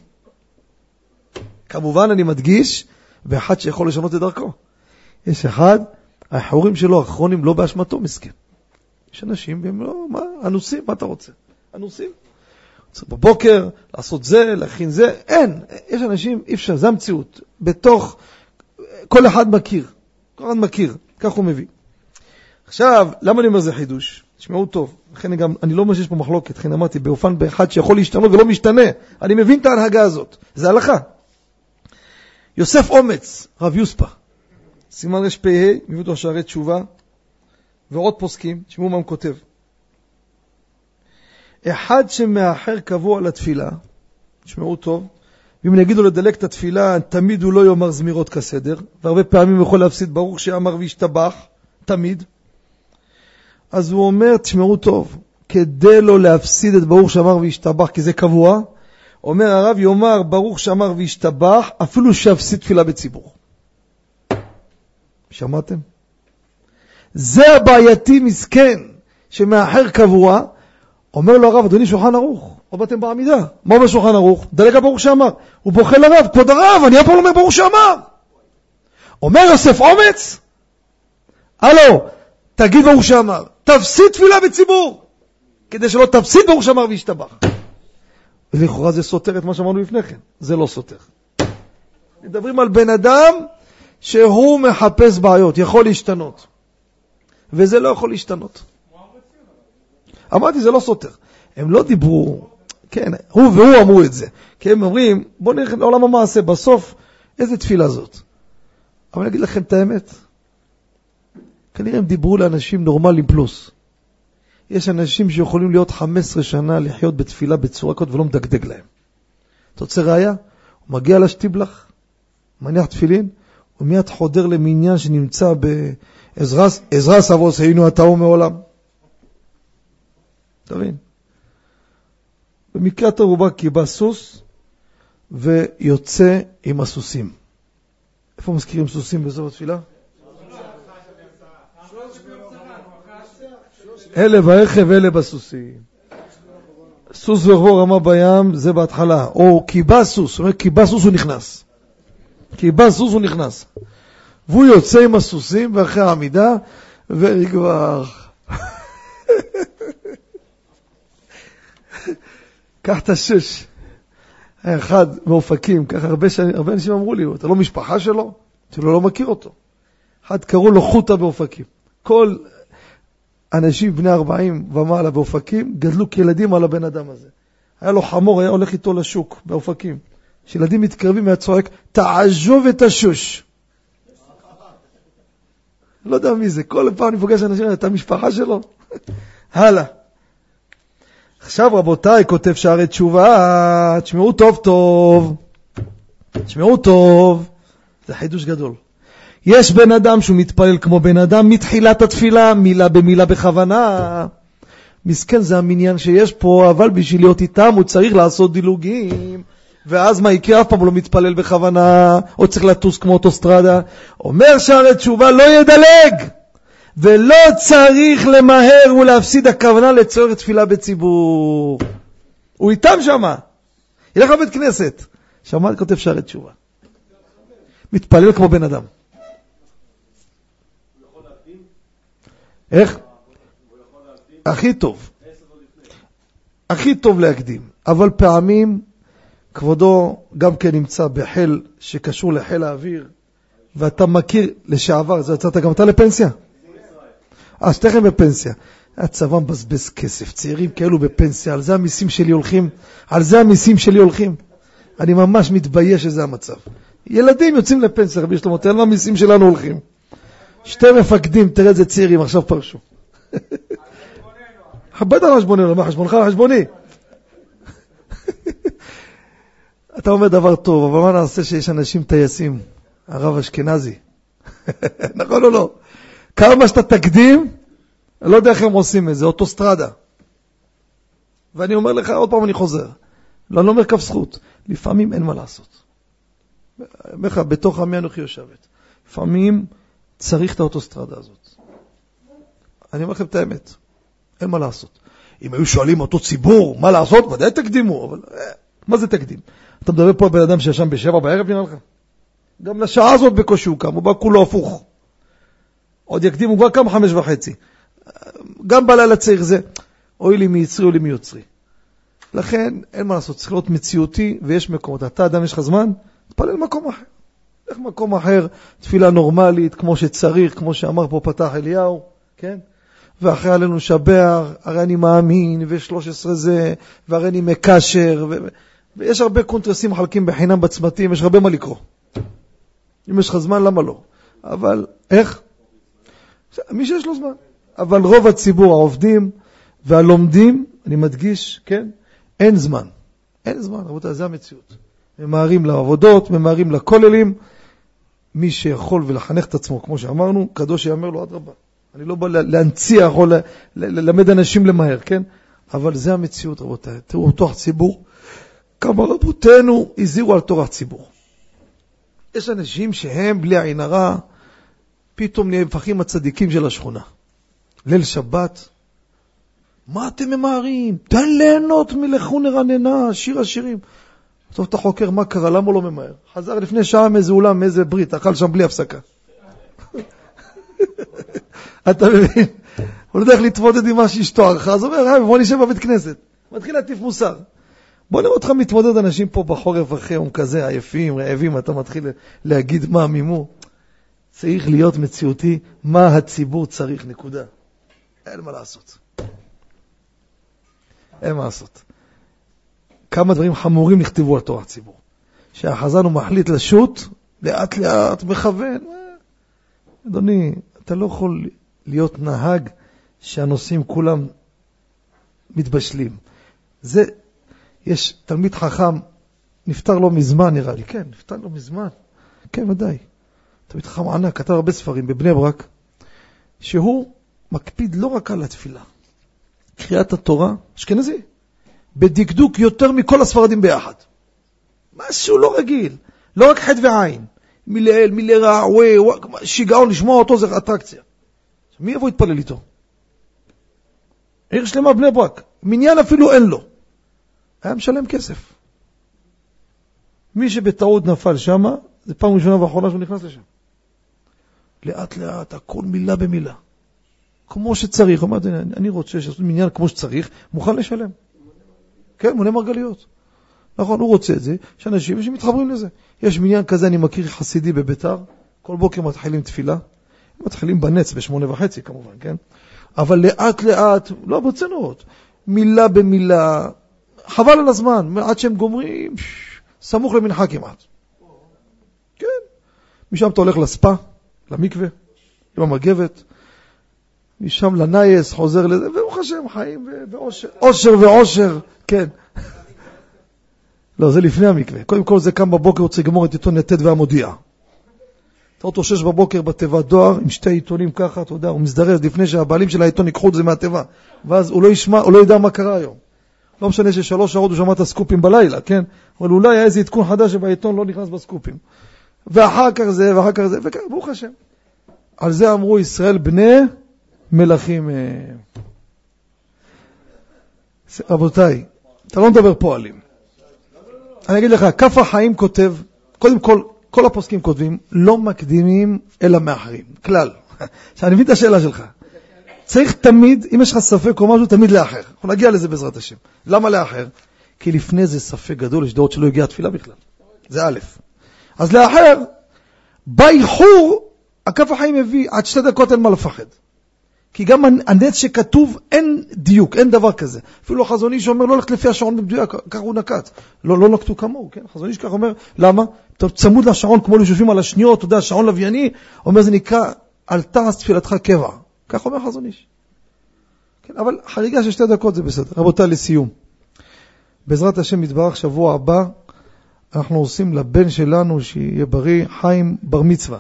כמובן אני מדגיש, ואחד שיכול לשנות את דרכו. יש אחד, האחורים שלו, האחרונים, לא באשמתו, מסכן. יש אנשים, והם לא, מה, אנוסים, מה אתה רוצה? אנוסים. צריך בבוקר, לעשות זה, להכין זה, אין. יש אנשים, אי אפשר, זה המציאות. בתוך, כל אחד מכיר. כל אחד מכיר. כך הוא מביא. עכשיו, למה אני אומר זה חידוש? תשמעו טוב. לכן גם, אני לא אומר שיש פה מחלוקת. לכן אמרתי, באופן באחד שיכול להשתנות ולא משתנה. אני מבין את ההנהגה הזאת. זה הלכה. יוסף אומץ, רב יוספה. סימן רש פ"ה, מביא אותו שערי תשובה. ועוד פוסקים, תשמעו מה הוא כותב. אחד שמאחר קבוע לתפילה, תשמעו טוב, ואם אני אגיד לו לדלק את התפילה, תמיד הוא לא יאמר זמירות כסדר, והרבה פעמים הוא יכול להפסיד ברוך שאמר וישתבח, תמיד. אז הוא אומר, תשמעו טוב, כדי לא להפסיד את ברוך שאמר וישתבח, כי זה קבוע, אומר הרב יאמר ברוך שאמר וישתבח, אפילו שיפסיד תפילה בציבור. שמעתם? זה הבעייתי מסכן, שמאחר קבוע, אומר לו הרב, אדוני שולחן ערוך, או באתם בעמידה. מה אומר שולחן ערוך? דלג ברוך שאמר. הוא בוכה לרב, כבוד הרב, אני אפילו אומר ברוך שאמר. אומר יוסף אומץ, הלו, תגיד ברוך שאמר, תפסיד תפילה בציבור, כדי שלא תפסיד ברוך שאמר וישתבח. ולכאורה זה סותר את מה שאמרנו לפני כן, זה לא סותר. מדברים על בן אדם שהוא מחפש בעיות, יכול להשתנות. וזה לא יכול להשתנות. אמרתי, זה לא סותר. הם לא דיברו, כן, הוא והוא אמרו את זה. כי הם אומרים, בואו נלך לעולם המעשה, בסוף, איזה תפילה זאת. אבל אני אגיד לכם את האמת. כנראה הם דיברו לאנשים נורמליים פלוס. יש אנשים שיכולים להיות חמש עשרה שנה לחיות בתפילה בצורה כזאת ולא מדגדג להם. אתה רוצה ראיה? הוא מגיע לשטיבלח, מניח תפילין, ומיד חודר למניין שנמצא בעזרא סבוס היינו התאו מעולם. תבין. במקרה טוב הוא בא קיבה סוס ויוצא עם הסוסים. איפה מזכירים סוסים בסוף התפילה? אלה ברכב, אלה בסוסים. סוס ורבו רמה בים, זה בהתחלה. או קיבה סוס, זאת אומרת, קיבה סוס הוא נכנס. קיבה סוס הוא נכנס. והוא יוצא עם הסוסים ואחרי העמידה, ורגבר. קח את השש. היה אחד מאופקים, ככה הרבה, הרבה אנשים אמרו לי, אתה לא משפחה שלו? שלא לא מכיר אותו. אחד קראו לו חוטה באופקים. כל אנשים בני ארבעים ומעלה באופקים גדלו כילדים על הבן אדם הזה. היה לו חמור, היה הולך איתו לשוק באופקים. שילדים מתקרבים מהצועק, תעזוב את השוש. לא יודע מי זה, כל פעם אני פוגש אנשים, אתה משפחה שלו? הלאה. עכשיו רבותיי, כותב שערי תשובה, תשמעו טוב טוב, תשמעו טוב, זה חידוש גדול. יש בן אדם שהוא מתפלל כמו בן אדם מתחילת התפילה, מילה במילה בכוונה. מסכן זה המניין שיש פה, אבל בשביל להיות איתם הוא צריך לעשות דילוגים. ואז מה יקרה? אף פעם הוא לא מתפלל בכוונה, או צריך לטוס כמו אוטוסטרדה. אומר שערי תשובה, לא ידלג. ולא צריך למהר ולהפסיד הכוונה לצורך תפילה בציבור. הוא איתם שמה. ילך לבית כנסת. שמע, כותב שערי תשובה. מתפלל כמו בן אדם. איך? הכי טוב. הכי טוב להקדים. אבל פעמים, כבודו גם כן נמצא בחיל שקשור לחיל האוויר, ואתה מכיר לשעבר, זה יצאת גם אתה לפנסיה? אז שתכם בפנסיה. הצבא מבזבז כסף, צעירים כאלו בפנסיה, על זה המיסים שלי הולכים, על זה המיסים שלי הולכים. אני ממש מתבייש שזה המצב. ילדים יוצאים לפנסיה, רבי שלמה, תראה מה המיסים שלנו הולכים. שתי מפקדים, תראה את זה צעירים, עכשיו פרשו. חבד על חשבוננו, מה חשבונך על חשבוני? אתה אומר דבר טוב, אבל מה נעשה שיש אנשים טייסים? הרב אשכנזי. נכון או לא? כמה שאתה תקדים, אני לא יודע איך הם עושים את זה, אוטוסטרדה. ואני אומר לך, עוד פעם אני חוזר. לא, אני לא אומר כף זכות. לפעמים אין מה לעשות. בתוך עמי אנוכי יושבת. לפעמים צריך את האוטוסטרדה הזאת. אני אומר לכם את האמת. אין מה לעשות. אם היו שואלים אותו ציבור, מה לעשות? ודאי תקדימו. אבל מה זה תקדים? אתה מדבר פה על בן אדם שישם בשבע בערב, נראה לך? גם לשעה הזאת בקושי הוא קם, הוא בא כולו הפוך. עוד יקדים, הוא כבר קם חמש וחצי. גם בלילה צריך זה. אוי לי מי יצרי, אוי לי מי יוצרי. לכן, אין מה לעשות. צריך להיות מציאותי, ויש מקומות. אתה אדם, יש לך זמן? תפלל מקום אחר. איך מקום אחר, תפילה נורמלית, כמו שצריך, כמו שאמר פה פתח אליהו, כן? ואחרי עלינו שבח, הרי אני מאמין, ו-שלוש עשרה זה, והרי אני מקשר, ו... ויש הרבה קונטרסים מחלקים בחינם בצמתים, יש הרבה מה לקרוא. אם יש לך זמן, למה לא? אבל, איך? מי שיש לו זמן. אבל רוב הציבור, העובדים והלומדים, אני מדגיש, כן? אין זמן. אין זמן, רבותיי, זה המציאות. ממהרים לעבודות, ממהרים לכוללים. מי שיכול ולחנך את עצמו, כמו שאמרנו, קדוש יאמר לו, עד רבה. אני לא בא להנציח או ללמד אנשים למהר, כן? אבל זה המציאות, רבותיי. תראו, תורת ציבור. כמה רבותינו הזהירו על תורת ציבור. יש אנשים שהם, בלי עין הרע, פתאום נהפכים הצדיקים של השכונה. ליל שבת, מה אתם ממהרים? תן ליהנות מלכו נרננה, שיר השירים. טוב, אתה חוקר, מה קרה? למה הוא לא ממהר? חזר לפני שעה מאיזה אולם, מאיזה ברית, אכל שם בלי הפסקה. אתה מבין? הוא לא יודע איך להתמודד עם מה שאשתו ערכה, אז הוא אומר, בוא נשב בבית כנסת. מתחיל להטיף מוסר. בוא נראה אותך מתמודד אנשים פה בחורף אחרי יום כזה, עייפים, רעבים, אתה מתחיל להגיד מה מימו. צריך להיות מציאותי, מה הציבור צריך, נקודה. אין מה לעשות. אין מה לעשות. כמה דברים חמורים נכתבו על תורת ציבור. שהחזן הוא מחליט לשוט, לאט לאט מכוון. אדוני, אתה לא יכול להיות נהג שהנושאים כולם מתבשלים. זה, יש תלמיד חכם, נפטר לו מזמן נראה לי. כן, נפטר לו מזמן. כן, ודאי. תלמיד חכם ענק, כתב הרבה ספרים בבני ברק, שהוא מקפיד לא רק על התפילה. קריאת התורה, אשכנזי. בדקדוק יותר מכל הספרדים ביחד. משהו לא רגיל. לא רק חד ועין. מילל, מילרע, ווי, שיגעון, לשמוע אותו זה אטרקציה. מי יבוא יתפלל איתו? עיר שלמה בני ברק. מניין אפילו אין לו. היה משלם כסף. מי שבטעות נפל שמה, זה פעם ראשונה ואחרונה שהוא נכנס לשם. לאט לאט, הכל מילה במילה. כמו שצריך. אומר, אני רוצה שעשות מניין כמו שצריך, מוכן לשלם. כן, מונה מרגליות. נכון, הוא רוצה את זה, יש אנשים שמתחברים לזה. יש מניין כזה, אני מכיר חסידי בביתר, כל בוקר מתחילים תפילה, מתחילים בנץ בשמונה וחצי כמובן, כן? אבל לאט לאט, לא ברצינות, מילה במילה, חבל על הזמן, עד שהם גומרים, סמוך למנחה כמעט. כן. משם אתה הולך לספה, למקווה, עם המגבת, משם לנייס, חוזר לזה, ברוך השם, חיים ואושר, אושר ואושר, כן. לא, זה לפני המקווה. קודם כל זה קם בבוקר, רוצה לגמור את עיתון יתד והמודיע. אתה אותו שש בבוקר בתיבת דואר, עם שתי עיתונים ככה, אתה יודע, הוא מזדרז לפני שהבעלים של העיתון ייקחו את זה מהטבע. ואז הוא לא ישמע, הוא לא ידע מה קרה היום. לא משנה ששלוש שעות הוא שמע את הסקופים בלילה, כן? אבל אולי היה איזה עדכון חדש שבעיתון לא נכנס בסקופים. ואחר כך זה, ואחר כך זה, וכך, ברוך השם. על זה אמרו ישראל בני מלכים. רבותיי, אתה לא מדבר פועלים. אני אגיד לך, כף החיים כותב, קודם כל, כל הפוסקים כותבים, לא מקדימים אלא מאחרים. כלל. שאני מבין את השאלה שלך. צריך תמיד, אם יש לך ספק או משהו, תמיד לאחר. אנחנו נגיע לזה בעזרת השם. למה לאחר? כי לפני זה ספק גדול, יש דעות שלא הגיעה תפילה בכלל. זה א'. אז לאחר, באיחור, הכף החיים מביא, עד שתי דקות אין מה לפחד. כי גם הנץ שכתוב, אין דיוק, אין דבר כזה. אפילו החזון איש אומר, לא הולכת לפי השעון במדויק, ככה הוא נקט. לא, לא נקטו כמוהו, כן? החזון איש ככה אומר, למה? אתה צמוד לשעון, כמו לישובים על השניות, אתה יודע, שעון לווייני, אומר, זה נקרא, על תעש תפילתך קבע. כך אומר החזון איש. כן, אבל חריגה של שתי דקות זה בסדר. רבותיי, לסיום. בעזרת השם יתברך, שבוע הבא, אנחנו עושים לבן שלנו, שיהיה בריא, חיים בר מצווה.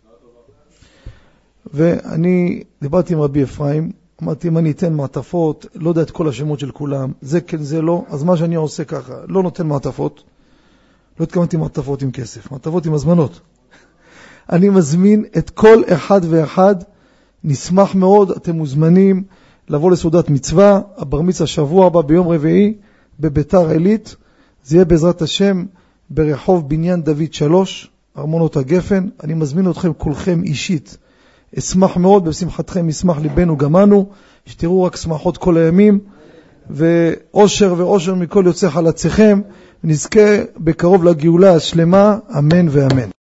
ואני דיברתי עם רבי אפרים, אמרתי, אם אני אתן מעטפות, לא יודע את כל השמות של כולם, זה כן, זה לא, אז מה שאני עושה ככה, לא נותן מעטפות, לא התכוונתי מעטפות עם כסף, מעטפות עם הזמנות. אני מזמין את כל אחד ואחד, נשמח מאוד, אתם מוזמנים לבוא לסעודת מצווה, הבר מצווה שבוע הבא ביום רביעי, בביתר עילית, זה יהיה בעזרת השם ברחוב בניין דוד שלוש, ארמונות הגפן, אני מזמין אתכם כולכם אישית, אשמח מאוד, בשמחתכם ישמח ליבנו גמנו, שתראו רק שמחות כל הימים, ואושר ואושר מכל יוצא חלציכם, נזכה בקרוב לגאולה השלמה, אמן ואמן.